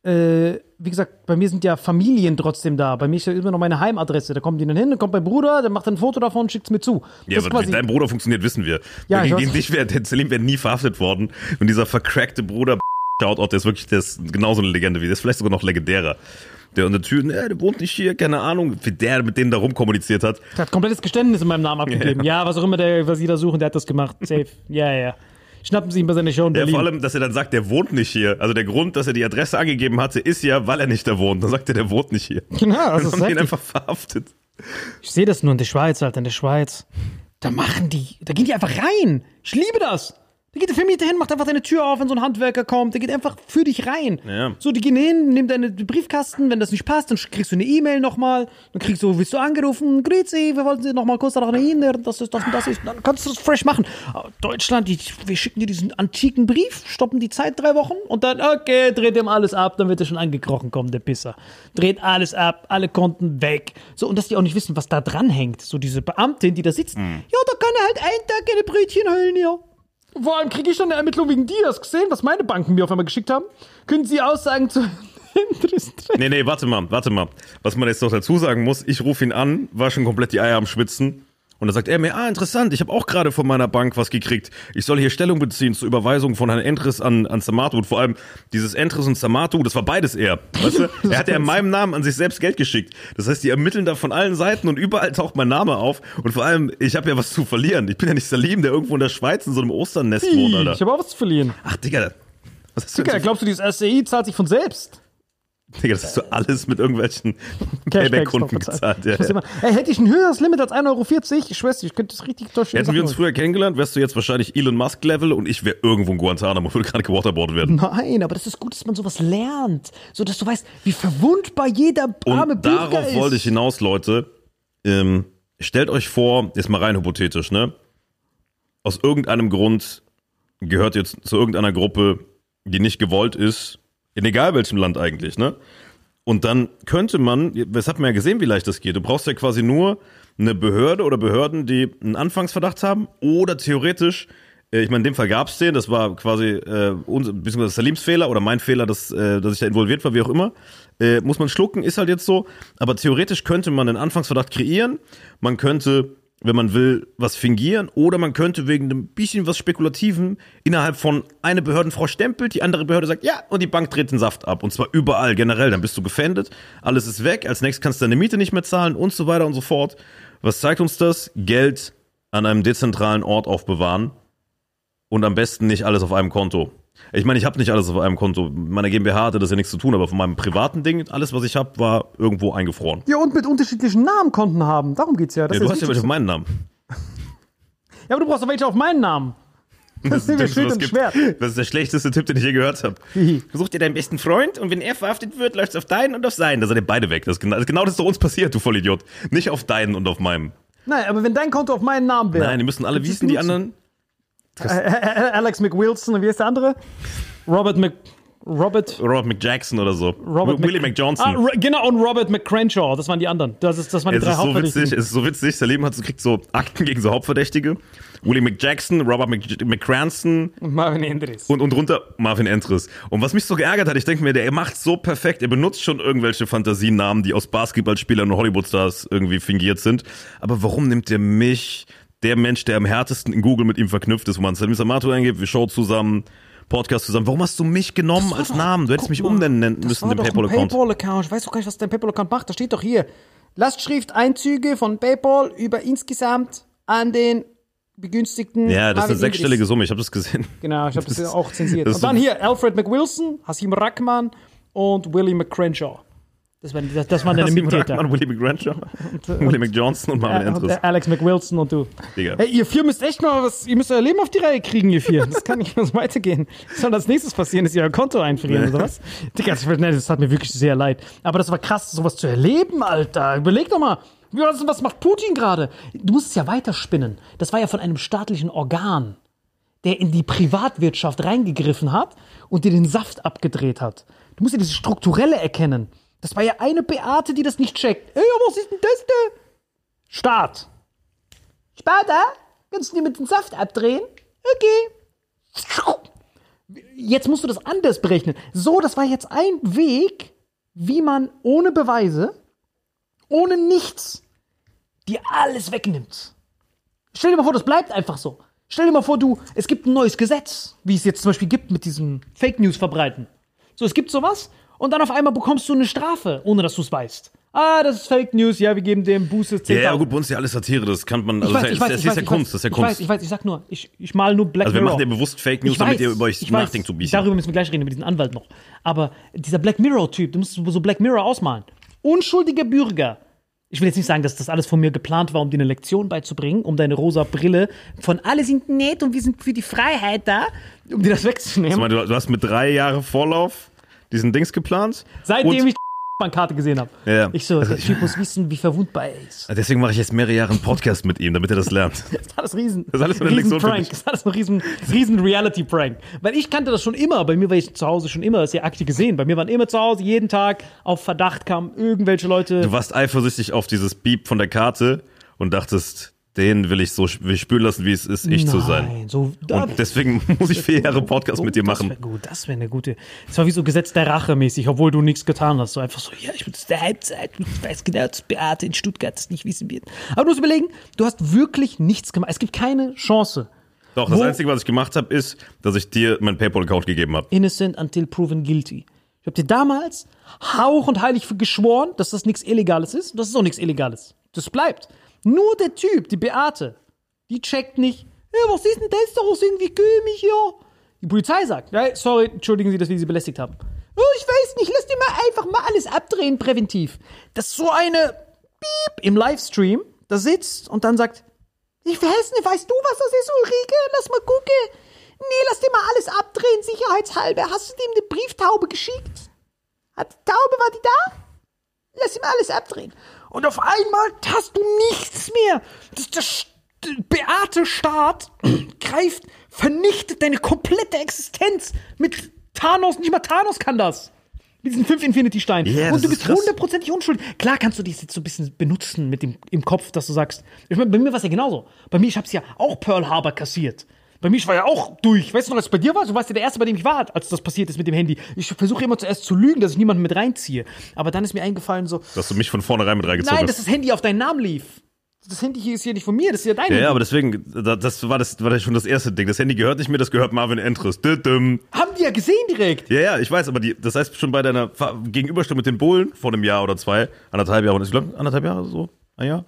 wie gesagt, bei mir sind ja Familien trotzdem da. Bei mir ist ja immer noch meine Heimadresse. Da kommen die dann hin, dann kommt mein Bruder, der macht ein Foto davon und schickt es mir zu. Ja, aber wie dein Bruder funktioniert, wissen wir. Ja, Gegen ich den weiß. dich der Selim wäre nie verhaftet worden. Und dieser vercrackte Bruder, Shoutout, der ist genauso eine Legende wie, der ist vielleicht sogar noch legendärer. Der an der Tür, der wohnt nicht hier, keine Ahnung, wie der mit denen da rumkommuniziert hat. Der hat komplettes Geständnis in meinem Namen abgegeben. Ja, was auch immer was sie da suchen, der hat das gemacht. Safe. Ja. Schnappen sie ihn bei seiner Show in Ja, Berlin. vor allem, dass er dann sagt, der wohnt nicht hier. Also der Grund, dass er die Adresse angegeben hatte, ist ja, weil er nicht da wohnt. Dann sagt er, der wohnt nicht hier. Genau, das Und ist haben ihn heftig. einfach verhaftet. Ich sehe das nur in der Schweiz, Alter, in der Schweiz. Da gehen die einfach rein. Ich liebe das. Da geht der Vermieter hin, macht einfach deine Tür auf, wenn so ein Handwerker kommt. Der geht einfach für dich rein. Ja. So, die gehen hin, nehmen deinen Briefkasten. Wenn das nicht passt, dann kriegst du eine E-Mail nochmal. Dann wirst du angerufen. Grüezi, wir wollten Sie nochmal kurz daran erinnern, dass das und das ist. Dann kannst du das fresh machen. Aber Deutschland, wir schicken dir diesen antiken Brief, stoppen die Zeit 3 Wochen und dann, okay, dreht ihm alles ab. Dann wird er schon angekrochen kommen, der Pisser. Dreht alles ab, alle Konten weg. So, und dass die auch nicht wissen, was da dran hängt. So diese Beamtin, die da sitzt. Ja, da kann er halt einen Tag eine Brötchen holen, ja. Vor allem kriege ich dann eine Ermittlung wegen dir. Hast du gesehen, was meine Banken mir auf einmal geschickt haben? Können Sie Aussagen zu Interest? Nee, warte mal. Was man jetzt noch dazu sagen muss, ich rufe ihn an, war schon komplett die Eier am Schwitzen. Und dann sagt er mir, interessant, ich habe auch gerade von meiner Bank was gekriegt. Ich soll hier Stellung beziehen zur Überweisung von Herrn Endres an Samato. Und vor allem dieses Endres und Samato, das war beides er. Weißt du? Er hat ja in meinem Namen an sich selbst Geld geschickt. Das heißt, die ermitteln da von allen Seiten und überall taucht mein Name auf. Und vor allem, ich habe ja was zu verlieren. Ich bin ja nicht Salim, der irgendwo in der Schweiz in so einem Osternest wohnt, Alter. Ich habe auch was zu verlieren. Ach, Digga. Was hast du Digga, denn glaubst du, dieses SCI zahlt sich von selbst? Digga, das hast du alles mit irgendwelchen Cashbacks Payback-Kunden noch gezahlt. Ich muss immer, hätte ich ein höheres Limit als 1,40 €, ich schwör's dir, ich könnte das richtig täuschen. Hätten wir uns früher kennengelernt, wärst du jetzt wahrscheinlich Elon Musk-Level und ich wäre irgendwo in Guantanamo, würde gerade gewaterboardet werden. Nein, aber das ist gut, dass man sowas lernt. So, dass du weißt, wie verwundbar jeder arme Und Bürger darauf ist. wollte ich hinaus, Leute. Stellt euch vor, jetzt mal rein hypothetisch, ne? aus irgendeinem Grund gehört jetzt zu irgendeiner Gruppe, die nicht gewollt ist, in egal welchem Land eigentlich, ne? Und dann könnte man, das hat man ja gesehen, wie leicht das geht. Du brauchst ja quasi nur eine Behörde oder Behörden, die einen Anfangsverdacht haben oder theoretisch, ich meine, in dem Fall gab es den, das war quasi beziehungsweise Salims Fehler oder mein Fehler, dass ich da involviert war, wie auch immer. Muss man schlucken, ist halt jetzt so. Aber theoretisch könnte man einen Anfangsverdacht kreieren. Man könnte, wenn man will, was fingieren oder man könnte wegen einem bisschen was Spekulativen innerhalb von eine Behördenfrau stempelt, die andere Behörde sagt, ja, und die Bank dreht den Saft ab. Und zwar überall, generell. Dann bist du gefändet, alles ist weg, als nächstes kannst du deine Miete nicht mehr zahlen und so weiter und so fort. Was zeigt uns das? Geld an einem dezentralen Ort aufbewahren und am besten nicht alles auf einem Konto. Ich meine, ich habe nicht alles auf einem Konto. Meiner GmbH hatte das ja nichts zu tun, aber von meinem privaten Ding, alles, was ich habe, war irgendwo eingefroren. Ja, und mit unterschiedlichen Namen Konten haben. Darum geht's ja. Das Ja, du ist hast ja welche auf meinen Namen. Ja, aber du brauchst doch welche auf meinen Namen. Das ist mir Schild und Schwert. Das ist der schlechteste Tipp, den ich je gehört habe. Such dir deinen besten Freund und wenn er verhaftet wird, läuft's auf deinen und auf seinen. Da seid ihr beide weg. Das ist genau das ist doch uns passiert, du Vollidiot. Nicht auf deinen und auf meinem. Nein, aber wenn dein Konto auf meinen Namen wäre. Nein, die müssen alle wissen, die anderen. Alex McWilson und wie ist der andere? Robert McJackson oder so. Willie McJohnson. Genau, und Robert McCrenshaw, das waren die anderen. Das waren die drei Hauptverdächtigen. Es ist so witzig, Salim kriegt so Akten gegen so Hauptverdächtige. Willie McJackson, Robert McCranston und Marvin Endres. Und drunter Marvin Endres. Und was mich so geärgert hat, ich denke mir, der macht so perfekt, er benutzt schon irgendwelche Fantasienamen, die aus Basketballspielern und Hollywoodstars irgendwie fingiert sind. Aber warum nimmt der mich, der Mensch, der am härtesten in Google mit ihm verknüpft ist, wo man Salim Samato eingibt, wir Show zusammen, Podcast zusammen. Warum hast du mich genommen als Namen? Du hättest mich umnennen müssen, den PayPal-Account. PayPal-Account. Ich weiß doch gar nicht, was dein PayPal-Account macht. Da steht doch hier: Lastschrift, Einzüge von PayPal über insgesamt an den Begünstigten. Ja, das ist eine sechsstellige Summe. Ich habe das gesehen. Genau, ich habe das auch zensiert. Und dann hier Alfred McWilson, Hasim Rahman und Willie McCrenshaw. Das waren deine Mittäter. Willie McCrenshaw, Willie McJohnson und Marvin Endres. Alex McWilson und du. Digga. Hey, ihr vier müsst echt mal ihr müsst euer Leben auf die Reihe kriegen, ihr vier. Das kann nicht mehr so weitergehen. Was soll als nächstes passieren, dass ihr euer Konto einfrieren oder was? Digga, das hat mir wirklich sehr leid. Aber das war krass, sowas zu erleben, Alter. Überleg doch mal. Was macht Putin gerade? Du musst es ja weiterspinnen. Das war ja von einem staatlichen Organ, der in die Privatwirtschaft reingegriffen hat und dir den Saft abgedreht hat. Du musst ja dieses Strukturelle erkennen. Das war ja eine Beate, die das nicht checkt. Ey, was ist denn das da? Staat. Sparta, kannst du dir mit dem Saft abdrehen? Okay. Jetzt musst du das anders berechnen. So, das war jetzt ein Weg, wie man ohne Beweise, ohne nichts, dir alles wegnimmt. Stell dir mal vor, das bleibt einfach so. Stell dir mal vor, es gibt ein neues Gesetz, wie es jetzt zum Beispiel gibt mit diesem Fake News verbreiten. So, es gibt sowas und dann auf einmal bekommst du eine Strafe, ohne dass du es weißt. Ah, das ist Fake News, ja, wir geben dem Buße 10.000. Ja, gut, bei uns ist ja alles Satire, das kann man, also das ist ja Kunst, das ist ja Kunst. Ich weiß, ich sag nur, ich mal nur Black Mirror. Also wir machen ja bewusst Fake News, damit ihr über euch nachdenkt so ein bisschen. Darüber müssen wir gleich reden, über diesen Anwalt noch. Aber dieser Black Mirror-Typ, du musst so Black Mirror ausmalen. Unschuldige Bürger. Ich will jetzt nicht sagen, dass das alles von mir geplant war, um dir eine Lektion beizubringen, um deine rosa Brille von alle sind nett und wir sind für die Freiheit da, um dir das wegzunehmen. Also, du hast mit 3 Jahren Vorlauf diesen Dings geplant? Seitdem ich die Karte gesehen habe. Ja. Ich so, der Typ muss wissen, wie verwundbar er ist. Deswegen mache ich jetzt mehrere Jahre einen Podcast mit ihm, damit er das lernt. Das ist alles riesen. Das ist alles eine Lektion für dich. Das ist alles ein riesen Reality-Prank. Weil ich kannte das schon immer. Bei mir war ich zu Hause schon immer, das ist ja aktiv gesehen. Bei mir waren immer zu Hause, jeden Tag auf Verdacht kamen irgendwelche Leute. Du warst eifersüchtig auf dieses Beep von der Karte und dachtest, den will ich spüren lassen, wie es ist, ich zu sein. Und deswegen muss ich 4 Jahre Podcast mit dir machen. Das wäre eine gute. Das war wie so Gesetz der Rache mäßig, obwohl du nichts getan hast. So einfach so, ja, ich bin zur Halbzeit. Du weißt genau, dass Beate in Stuttgart das nicht wissen wird. Aber du musst überlegen, du hast wirklich nichts gemacht. Es gibt keine Chance. Doch, das Einzige, was ich gemacht habe, ist, dass ich dir meinen PayPal-Account gegeben habe. Innocent until proven guilty. Ich habe dir damals hauch und heilig geschworen, dass das nichts Illegales ist. Und das ist auch nichts Illegales. Das bleibt. Nur der Typ, die Beate, die checkt nicht, ja, was ist denn das doch irgendwie komisch, ja. Die Polizei sagt, ja, sorry, entschuldigen Sie, dass wir Sie belästigt haben. Oh, ich weiß nicht, lass dir mal einfach mal alles abdrehen, präventiv. Dass so eine Piep im Livestream da sitzt und dann sagt, ich weiß nicht, weißt du, was das ist, Ulrike? Lass mal gucken. Nee, lass dir mal alles abdrehen, sicherheitshalber. Hast du dem eine Brieftaube geschickt? War die da? Lass ihm alles abdrehen. Und auf einmal hast du nichts mehr. Das ist der Beate Staat vernichtet deine komplette Existenz mit Thanos. Nicht mal Thanos kann das. Mit diesen 5 Infinity-Steinen. Yeah, und du bist krass. 100% unschuldig. Klar kannst du dies jetzt so ein bisschen benutzen mit dem im Kopf, dass du sagst, ich meine, bei mir war es ja genauso. Bei mir, ich hab's ja auch Pearl Harbor kassiert. Bei mir, ich war ja auch durch. Weißt du noch, als es bei dir war? Du warst ja der Erste, bei dem ich war, als das passiert ist mit dem Handy. Ich versuche immer zuerst zu lügen, dass ich niemanden mit reinziehe. Aber dann ist mir eingefallen so, Dass du mich von vornherein mit reingezogen nein, hast. dass das Handy auf deinen Namen lief. Das Handy hier ist ja nicht von mir, das ist ja dein Handy. Ja, aber deswegen, das war schon das erste Ding. Das Handy gehört nicht mir, das gehört Marvin Endres. Haben die ja gesehen direkt. Ja, ich weiß, aber das heißt schon bei deiner Gegenüberstellung mit den Bullen vor einem Jahr oder 2, 1,5 Jahre, ich glaube 1,5 Jahre so, ein Jahr?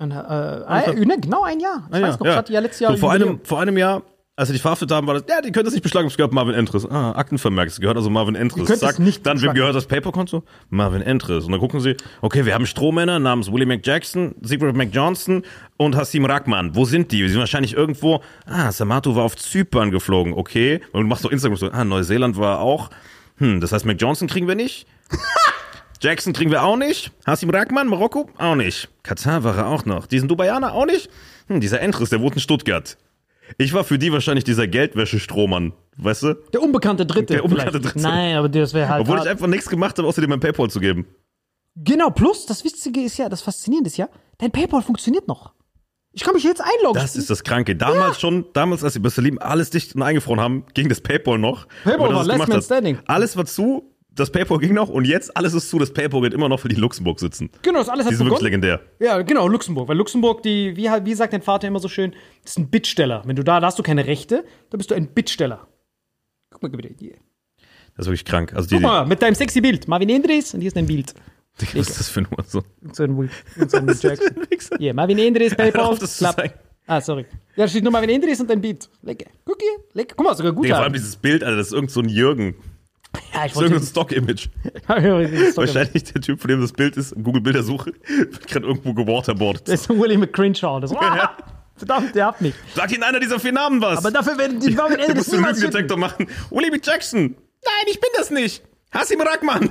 Genau ein Jahr. Ich weiß noch, ich hatte ja letztes Jahr. So, vor einem Jahr, als sie dich verhaftet haben, war das, ja, die können das nicht beschlagen, es gehört Marvin Endres. Aktenvermerk, es gehört also Marvin Endres. Sag, nicht dann, wem gehört das PayPal-Konto? Marvin Endres. Und dann gucken sie, okay, wir haben Strohmänner namens Willie McJackson, Sigrid McJohnson und Hassim Rahman. Wo sind die? Die sind wahrscheinlich irgendwo, Samato war auf Zypern geflogen, okay. Und du machst doch Instagram so, Neuseeland war auch, das heißt McJohnson kriegen wir nicht. Jackson kriegen wir auch nicht. Hassim Rahman, Marokko, auch nicht. Katar war er auch noch. Diesen Dubaianer auch nicht. Dieser Endres, der wohnt in Stuttgart. Ich war für die wahrscheinlich dieser Geldwäsche-Strohmann, weißt du? Der unbekannte Dritte. Der unbekannte Dritte. Nein, aber das wäre halt. Obwohl ich einfach nichts gemacht habe, außer dir mein PayPal zu geben. Genau, plus, das Witzige ist ja, das Faszinierende ist ja, dein PayPal funktioniert noch. Ich kann mich jetzt einloggen. Das ist das Kranke. Damals, als die Berlin alles dicht und eingefroren haben, ging das PayPal noch. PayPal Aber war das Last gemacht Man hat. Standing. Alles war zu, das PayPal ging noch und jetzt alles ist zu, das PayPal geht immer noch für die Luxemburg sitzen. Genau, das alles hat Die sind wirklich begonnen. legendär. Ja, genau, Luxemburg. Weil Luxemburg, wie sagt dein Vater immer so schön, das ist ein Bittsteller. Wenn du da hast du keine Rechte, dann bist du ein Bittsteller. Guck mal bitte hier. Das ist wirklich krank. Also Guck mal, mit deinem sexy Bild. Marvin Endres und hier ist dein Bild. was ist das für ein Hurensohn? So ein Jackson. Hier, Marvin Endres, PayPal. Hör auf, das zu Klapp. sagen. Sorry. Ja, da steht nur Marvin Endres und dein Bild. Lecker. Guck hier, lecker. Guck mal, sogar gut. Digga, vor allem dieses Bild, Alter, das ist irgend so ein Jürgen. Ja, ich Das ist irgendein Stock-Image. Wahrscheinlich der Typ, von dem das Bild ist, Google-Bildersuche, wird gerade irgendwo gewaterboardet. Das ist ein Willie McCrinshaw. Verdammt, der hat mich. Sag Ihnen einer dieser 4 Namen was. Aber dafür werden die Marvin Du Endres musst einen niemals finden. Lügendetektor machen. Willie McJackson. Nein, ich bin das nicht. Hassim Rahman.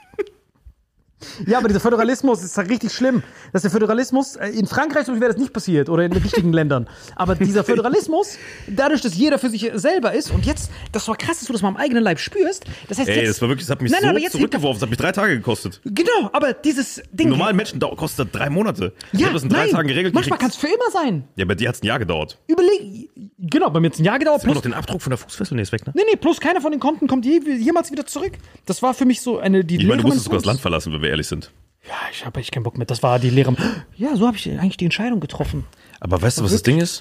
Ja, aber dieser Föderalismus ist halt richtig schlimm. Dass der Föderalismus, in Frankreich wäre das nicht passiert oder in den wichtigen Ländern. Aber dieser Föderalismus, dadurch, dass jeder für sich selber ist und jetzt, das war krass, dass du das mal am eigenen Leib spürst. Das heißt, Ey, jetzt, das war wirklich, das hat mich aber jetzt zurückgeworfen. Das hat mich 3 Tage gekostet. Genau, aber dieses Ding. Normalen Menschen kostet das 3 Monate. Ich ja, habe das in 3 Tagen geregelt. manchmal kann es für immer sein. Ja, bei dir hat es ein Jahr gedauert. Überleg, genau, bei mir hat es ein Jahr gedauert. Immer Plus, noch den Abdruck von der Fußfessel, nee, ist weg, ne? nee, plus keiner von den Konten kommt jemals wieder zurück. Das war für mich so die Ich meine, Lehre du musstest sogar meines das Land Lebens. verlassen, wenn wir ehrlich sind. Ja, ich habe echt keinen Bock mehr. Das war die Lehre. Ja, so habe ich eigentlich die Entscheidung getroffen. Aber weißt du, was das Ding ist?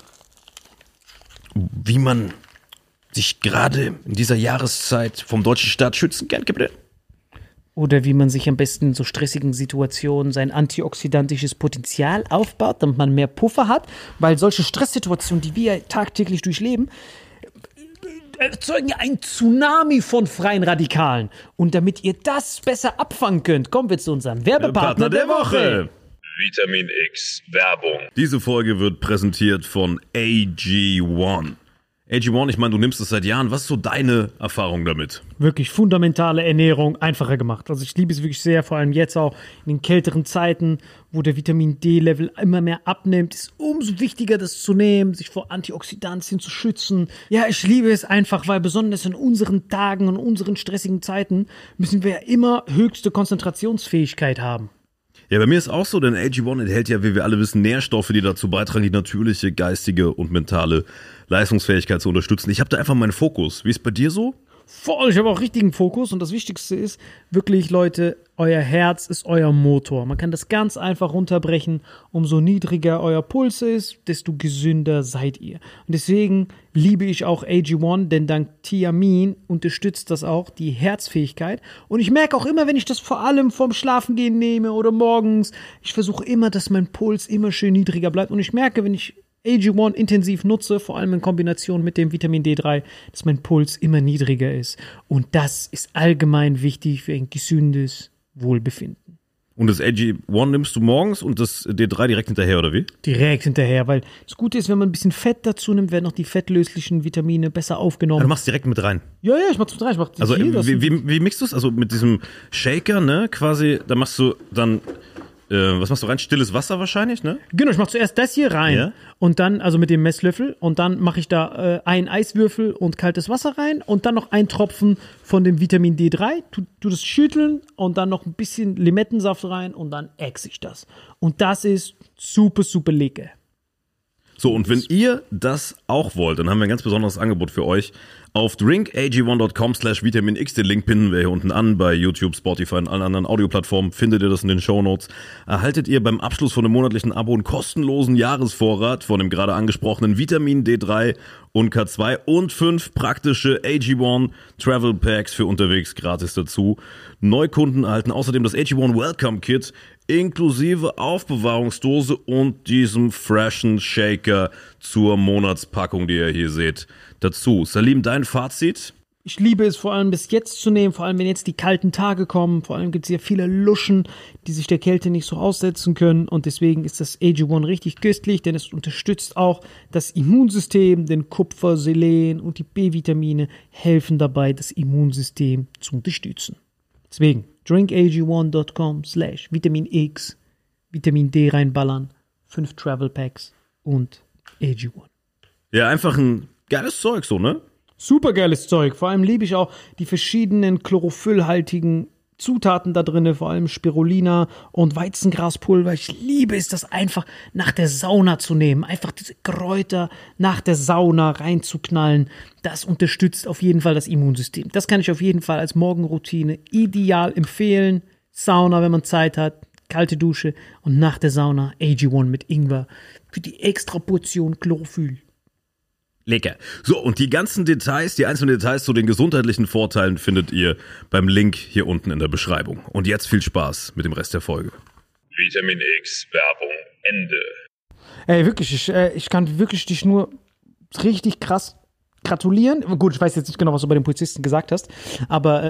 Wie man sich gerade in dieser Jahreszeit vom deutschen Staat schützen kann, bitte? Oder wie man sich am besten in so stressigen Situationen sein antioxidantisches Potenzial aufbaut, damit man mehr Puffer hat. Weil solche Stresssituationen, die wir tagtäglich durchleben, erzeugen ja ein Tsunami von freien Radikalen. Und damit ihr das besser abfangen könnt, kommen wir zu unserem Werbepartner der Woche. Vitamin X Werbung. Diese Folge wird präsentiert von AG1. AG1, ich meine, du nimmst es seit Jahren. Was ist so deine Erfahrung damit? Wirklich fundamentale Ernährung einfacher gemacht. Also ich liebe es wirklich sehr, vor allem jetzt auch in den kälteren Zeiten, wo der Vitamin D-Level immer mehr abnimmt, ist umso wichtiger, das zu nehmen, sich vor Antioxidantien zu schützen. Ja, ich liebe es einfach, weil besonders in unseren Tagen und unseren stressigen Zeiten müssen wir immer höchste Konzentrationsfähigkeit haben. Ja, bei mir ist auch so, denn AG1 enthält ja, wie wir alle wissen, Nährstoffe, die dazu beitragen, die natürliche, geistige und mentale Leistungsfähigkeit zu unterstützen. Ich habe da einfach meinen Fokus. Wie ist bei dir so? Voll, ich habe auch richtigen Fokus und das Wichtigste ist wirklich, Leute, euer Herz ist euer Motor. Man kann das ganz einfach runterbrechen. Umso niedriger euer Puls ist, desto gesünder seid ihr. Und deswegen liebe ich auch AG1, denn dank Thiamin unterstützt das auch die Herzfähigkeit. Und ich merke auch immer, wenn ich das vor allem vorm Schlafengehen nehme oder morgens, ich versuche immer, dass mein Puls immer schön niedriger bleibt. Und ich merke, wenn ich AG1 intensiv nutze, vor allem in Kombination mit dem Vitamin D3, dass mein Puls immer niedriger ist. Und das ist allgemein wichtig für ein gesundes Wohlbefinden. Und das AG1 nimmst du morgens und das D3 direkt hinterher, oder wie? Direkt hinterher, weil das Gute ist, wenn man ein bisschen Fett dazu nimmt, werden auch die fettlöslichen Vitamine besser Du aufgenommen. machst direkt mit rein. Ja, ich mach's mit rein. Ich mach Also viel, das- wie mixt du es? Also mit diesem Shaker, ne, quasi, da machst du dann was machst du rein? Stilles Wasser wahrscheinlich, ne? Genau, ich mache zuerst das hier rein Ja. und dann, also mit dem Messlöffel, und dann mache ich da einen Eiswürfel und kaltes Wasser rein und dann noch einen Tropfen von dem Vitamin D3, tu das schütteln und dann noch ein bisschen Limettensaft rein und dann ex ich das. Und das ist super, super lecker. So, und wenn ihr das auch wollt, dann haben wir ein ganz besonderes Angebot für euch. Auf drinkag1.com/vitaminx, den Link pinnen wir hier unten an, bei YouTube, Spotify und allen anderen Audioplattformen, findet ihr das in den Shownotes. Erhaltet ihr beim Abschluss von einem monatlichen Abo einen kostenlosen Jahresvorrat von dem gerade angesprochenen Vitamin D3 und K2 und 5 praktische AG1 Travel Packs für unterwegs gratis dazu. Neukunden erhalten außerdem das AG1 Welcome Kit inklusive Aufbewahrungsdose und diesem freshen Shaker zur Monatspackung, die ihr hier seht, dazu. Salim, dein Fazit? Ich liebe es vor allem bis jetzt zu nehmen, vor allem wenn jetzt die kalten Tage kommen. Vor allem gibt es ja viele Luschen, die sich der Kälte nicht so aussetzen können. Und deswegen ist das AG1 richtig köstlich, denn es unterstützt auch das Immunsystem, denn Kupfer, Selen und die B-Vitamine helfen dabei, das Immunsystem zu unterstützen. Deswegen drinkag1.com/vitaminx, Vitamin D reinballern, 5 Travel Packs und AG1. Ja, einfach ein geiles Zeug so, ne? Super geiles Zeug. Vor allem liebe ich auch die verschiedenen chlorophyllhaltigen Zutaten da drin, vor allem Spirulina und Weizengraspulver. Ich liebe es, das einfach nach der Sauna zu nehmen. Einfach diese Kräuter nach der Sauna reinzuknallen. Das unterstützt auf jeden Fall das Immunsystem. Das kann ich auf jeden Fall als Morgenroutine ideal empfehlen. Sauna, wenn man Zeit hat, kalte Dusche und nach der Sauna AG1 mit Ingwer für die extra Portion Chlorophyll. Lecker. So, und die ganzen Details, die einzelnen Details zu den gesundheitlichen Vorteilen findet ihr beim Link hier unten in der Beschreibung. Und jetzt viel Spaß mit dem Rest der Folge. Vitamin X Werbung Ende. Ey, wirklich, ich kann wirklich dich nur richtig krass gratulieren. Gut, ich weiß jetzt nicht genau, was du bei den Polizisten gesagt hast, aber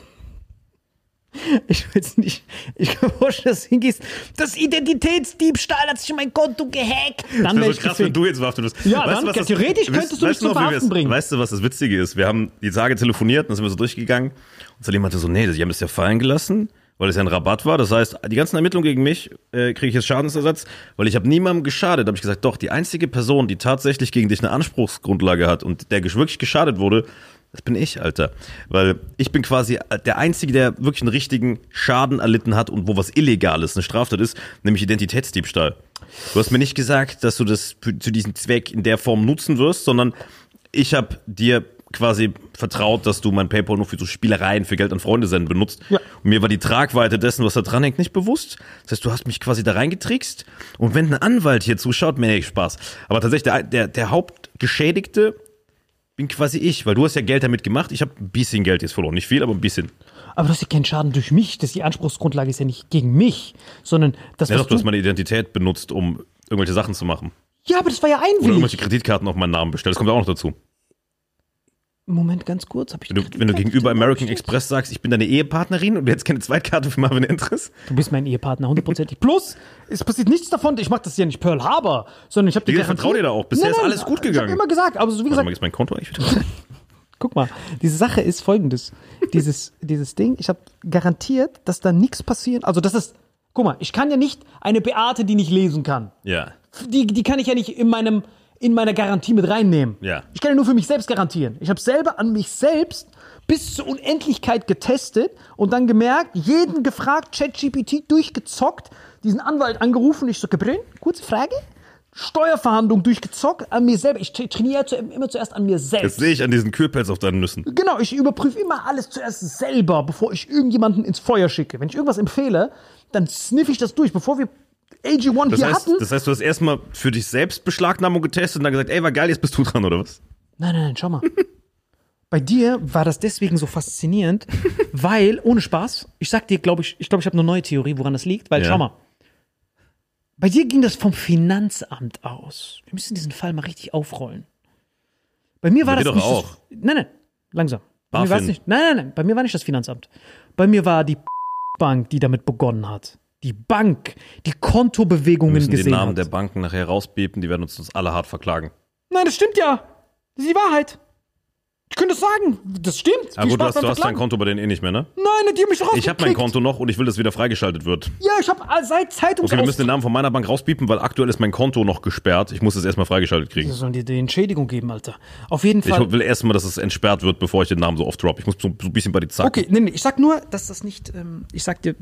ich weiß nicht, ich kann mir vorstellen, dass du hingehst, das Identitätsdiebstahl hat sich in mein Konto gehackt. Dann wäre so ich krass, wenn gefickt. du jetzt verhaftet wirst. Ja, dann theoretisch könntest du mich zum Verhaften bringen. Weißt du, was das Witzige ist? Wir haben die Tage telefoniert, dann sind wir so durchgegangen und Salim meinte so, nee, die haben das ja fallen gelassen, weil es ja ein Rabatt war. Das heißt, die ganzen Ermittlungen gegen mich kriege ich jetzt Schadensersatz, weil ich habe niemandem geschadet. Da habe ich gesagt, doch, die einzige Person, die tatsächlich gegen dich eine Anspruchsgrundlage hat und der wirklich geschadet wurde, das bin ich, Alter. Weil ich bin quasi der Einzige, der wirklich einen richtigen Schaden erlitten hat und wo was Illegales, eine Straftat ist, nämlich Identitätsdiebstahl. Du hast mir nicht gesagt, dass du das zu diesem Zweck in der Form nutzen wirst, sondern ich habe dir quasi vertraut, dass du mein PayPal nur für so Spielereien, für Geld an Freunde senden benutzt. Ja. Und mir war die Tragweite dessen, was da dran hängt, nicht bewusst. Das heißt, du hast mich quasi da reingetrickst. Und wenn ein Anwalt hier zuschaut, mir echt Spaß. Aber tatsächlich, der Hauptgeschädigte bin quasi ich, weil du hast ja Geld damit gemacht. Ich habe ein bisschen Geld jetzt verloren. Nicht viel, aber ein bisschen. Aber das ist ja kein Schaden durch mich. Die Anspruchsgrundlage ist ja nicht gegen mich, sondern das, Ja, was doch, du hast meine Identität benutzt, um irgendwelche Sachen zu machen. Ja, aber das war ja Oder einwillig. irgendwelche Kreditkarten auf meinen Namen bestellt. Das kommt auch noch dazu. Moment, ganz kurz. Wenn du gegenüber American Express sagst, ich bin deine Ehepartnerin und du hättest keine Zweitkarte für Marvin Entres. Du bist mein Ehepartner, 100%. Plus, es passiert nichts davon. Ich mach das ja nicht Pearl Harbor, sondern ich habe dir Ich garantiert. vertraue dir da auch. Bisher ist alles gut Ich gegangen. habe immer gesagt, aber so wie Warte mal, gesagt, ist mein Konto eigentlich wieder? guck mal, diese Sache ist folgendes. Dieses Ding, ich habe garantiert, dass da nichts passiert. Also, das ist, guck mal, ich kann ja nicht eine Beate, die nicht lesen kann. Ja. Die kann ich ja nicht in meiner Garantie mit reinnehmen. Ja. Ich kann ja nur für mich selbst garantieren. Ich habe selber an mich selbst bis zur Unendlichkeit getestet und dann gemerkt, jeden gefragt, ChatGPT durchgezockt, diesen Anwalt angerufen. Ich so, Gabriel, kurze Frage. Steuerverhandlung durchgezockt an mir selber. Ich trainiere immer zuerst an mir selbst. Jetzt sehe ich an diesen Kühlpelz auf deinen Nüssen. Genau, ich überprüfe immer alles zuerst selber, bevor ich irgendjemanden ins Feuer schicke. Wenn ich irgendwas empfehle, dann sniffe ich das durch, bevor wir AG1 hier hatten. Das heißt, du hast erstmal für dich selbst Beschlagnahmung getestet und dann gesagt, ey, war geil, jetzt bist du dran, oder was? Nein, schau mal. Bei dir war das deswegen so faszinierend, weil, ohne Spaß, ich sag dir, ich habe eine neue Theorie, woran das liegt, weil, Ja. schau mal, bei dir ging das vom Finanzamt aus. Wir müssen diesen Fall mal richtig aufrollen. Bei mir war Bei das dir nicht doch auch. Nein, langsam. Bei mir BaFin. war's nicht, nein, bei mir war nicht das Finanzamt. Bei mir war die Bank, die damit begonnen hat. Die Bank, die Wir Kontobewegungen müssen den gesehen Namen hat. der Banken nachher rausbiepen, die werden uns alle hart verklagen. Nein, das stimmt ja. Das ist die Wahrheit. Ich könnte das sagen. Das stimmt. Ah Viel gut, du Spaß hast beim dein Verklagen. Konto bei denen eh nicht mehr, ne? Nein, die haben mich doch Ich habe mein rausgekickt. Konto noch und ich will, dass wieder freigeschaltet wird. Ja, ich habe seit Zeitungs... Okay, wir müssen den Namen von meiner Bank rauspiepen, weil aktuell ist mein Konto noch gesperrt. Ich muss es erstmal freigeschaltet kriegen. Die sollen dir die Entschädigung geben, Alter. Auf jeden Ich Fall. will erstmal, dass es entsperrt wird, bevor ich den Namen so oft drop. Ich muss so ein bisschen bei die Zacken. Okay, nee, ich sag nur, dass das nicht, ich sag dir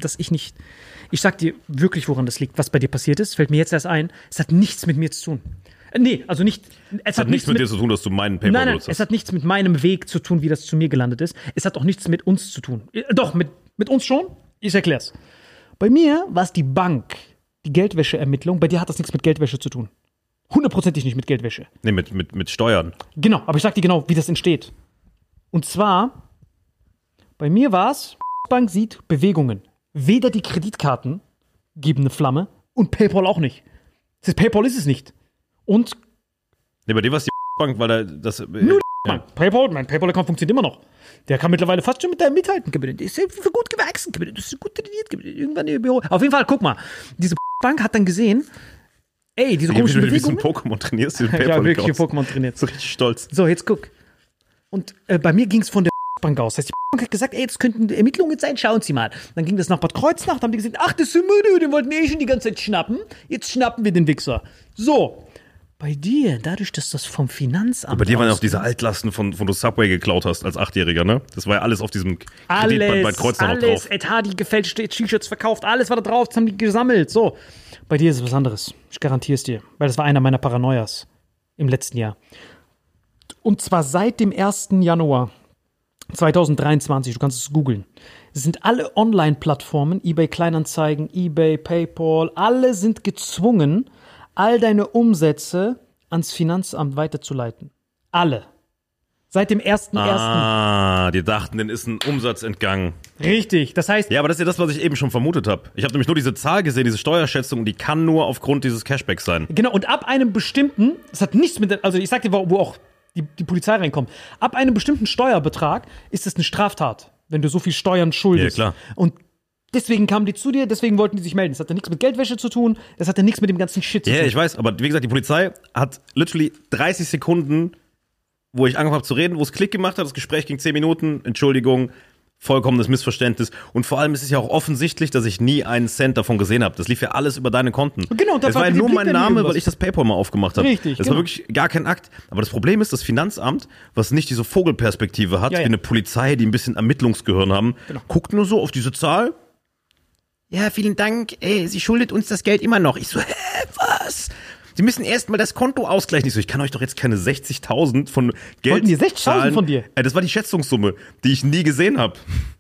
wirklich, woran das liegt, was bei dir passiert ist, fällt mir jetzt erst ein, es hat nichts mit mir zu tun. Nee, also nicht, Es hat nichts mit dir zu tun, dass du meinen PayPal Nein, benutzt es hast. hat nichts mit meinem Weg zu tun, wie das zu mir gelandet ist. Es hat auch nichts mit uns zu tun. Doch, mit uns schon. Ich erklär's. Bei mir war es die Bank, die Geldwäscheermittlung. Bei dir hat das nichts mit Geldwäsche zu tun. 100%ig nicht mit Geldwäsche. Nee, mit Steuern. Genau, aber ich sag dir genau, wie das entsteht. Und zwar, bei mir war's, Bank sieht Bewegungen. Weder die Kreditkarten geben eine Flamme und PayPal auch nicht. Das heißt, PayPal ist es nicht. Und Nee, bei dir war es die Bank, weil da das. mein PayPal-Account funktioniert immer noch. Der kann mittlerweile fast schon mit deinem mithalten. Der ist ja für gut gewachsen. Der ist gut trainiert. Irgendwann im Büro. Auf jeden Fall, guck mal. Diese Bank hat dann gesehen, ey, diese Wie komischen du diesen Bewegungen. Pokémon trainierst, diesen Ich habe wirklich PayPal-Account. Pokémon trainiert. So richtig stolz. So, jetzt guck. Und bei mir ging es von der Bank aus. Das heißt, die Bank hat gesagt, ey, das könnten Ermittlungen sein, schauen Sie mal. Dann ging das nach Bad Kreuznach, dann haben die gesagt, ach, das sind wir, den wollten wir schon die ganze Zeit schnappen. Jetzt schnappen wir den Wichser. So. Bei dir, dadurch, dass das vom Finanzamt Bei dir waren ja auch ausgeht, diese Altlasten, von du Subway geklaut hast als 8-Jähriger, ne? Das war ja alles auf diesem Kredit bei Kreuznach noch drauf. Etat, die gefälschte T-Shirts verkauft, alles war da drauf, das haben die gesammelt. So. Bei dir ist es was anderes. Ich garantiere es dir. Weil das war einer meiner Paranoias im letzten Jahr. Und zwar seit dem 1. Januar 2023, du kannst es googeln, sind alle Online-Plattformen, eBay Kleinanzeigen, eBay, PayPal, alle sind gezwungen, all deine Umsätze ans Finanzamt weiterzuleiten. Alle. Seit dem 1.1. Ah, die dachten, denen ist ein Umsatz entgangen. Richtig. Das heißt, Ja, aber das ist ja das, was ich eben schon vermutet habe. Ich habe nämlich nur diese Zahl gesehen, diese Steuerschätzung, und die kann nur aufgrund dieses Cashbacks sein. genau, und ab einem bestimmten, das hat nichts mit, also ich sag dir, wo auch die Polizei reinkommt, ab einem bestimmten Steuerbetrag ist es eine Straftat, wenn du so viel Steuern schuldest. Ja, klar. Und deswegen kamen die zu dir, deswegen wollten die sich melden. Das hatte nichts mit Geldwäsche zu tun, das hatte nichts mit dem ganzen Shit zu Ja, tun. ich weiß, aber wie gesagt, die Polizei hat literally 30 Sekunden, wo ich angefangen habe zu reden, wo es Klick gemacht hat, das Gespräch ging 10 Minuten, Entschuldigung, vollkommenes Missverständnis. Und vor allem ist es ja auch offensichtlich, dass ich nie einen Cent davon gesehen habe. Das lief ja alles über deine Konten. Genau, das das war war ja die nur mein Blick, Name, irgendwas. weil ich das PayPal mal aufgemacht habe. Richtig, Das genau. war wirklich gar kein Akt. Aber das Problem ist, das Finanzamt, was nicht diese Vogelperspektive hat, Ja, ja. wie eine Polizei, die ein bisschen Ermittlungsgehirn haben, guckt nur so auf diese Zahl. Ja, vielen Dank. Sie schuldet uns das Geld immer noch. Ich so, was? Sie müssen erst mal das Konto ausgleichen. Ich so, ich kann euch doch jetzt keine 60.000 von Geld Wollten die 60.000 zahlen. von dir? Das war die Schätzungssumme, die ich nie gesehen habe.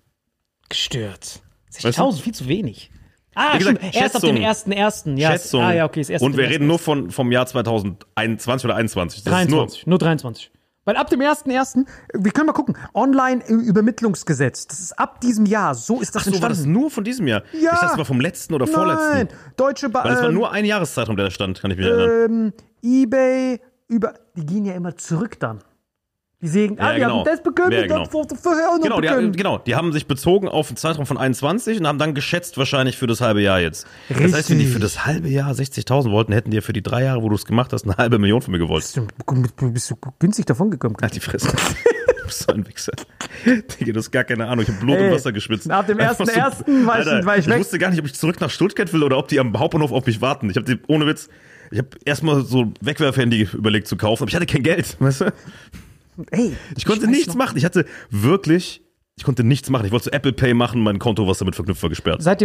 Gestört. Weißt 60.000, du? viel zu wenig. Ah, Wie gesagt, stimmt, erst ab dem Schätzung. 1.1. Ja, Schätzung. Ah, ja, okay, ist erst Und ab wir dem reden nur vom Jahr 2021 oder 2021. Das 23, nur 23. Weil ab dem 1.1., wir können mal gucken, Online-Übermittlungsgesetz, das ist ab diesem Jahr, so ist das Ist nur, so war das entstanden. nur von diesem Jahr? Ja. Ich dachte, das war vom letzten oder vorletzten. Nein, Deutsche Weil es war nur ein Jahreszeitraum, der da stand, kann ich mich erinnern. eBay, die gehen ja immer zurück dann. Die sagen, Ja, wir genau. haben das bekommen, Ja, genau. das vorher auch noch Genau, bekommen. die haben sich bezogen auf einen Zeitraum von 21 und haben dann geschätzt wahrscheinlich für das halbe Jahr jetzt. Das heißt, wenn die für das halbe Jahr 60.000 wollten, hätten die ja für die 3 Jahre, wo du es gemacht hast, 1.500.000 von mir gewollt. Bist du günstig davon gekommen? Halt die Fresse. Du bist so ein Wichser. Digga, du hast gar keine Ahnung. Ich hab Blut und Ey, Wasser geschwitzt. ab dem Einfach 1.1. war ich weg. Ich wusste gar nicht, ob ich zurück nach Stuttgart will oder ob die am Hauptbahnhof auf mich warten. Ich habe ohne Witz, ich habe erstmal so Wegwerfhandy überlegt zu kaufen, aber ich hatte kein Geld, weißt du? Ey, Ich konnte weiß nichts noch. machen. Ich konnte nichts machen. Ich wollte so Apple Pay machen, mein Konto, was damit verknüpft war, gesperrt. Seit dem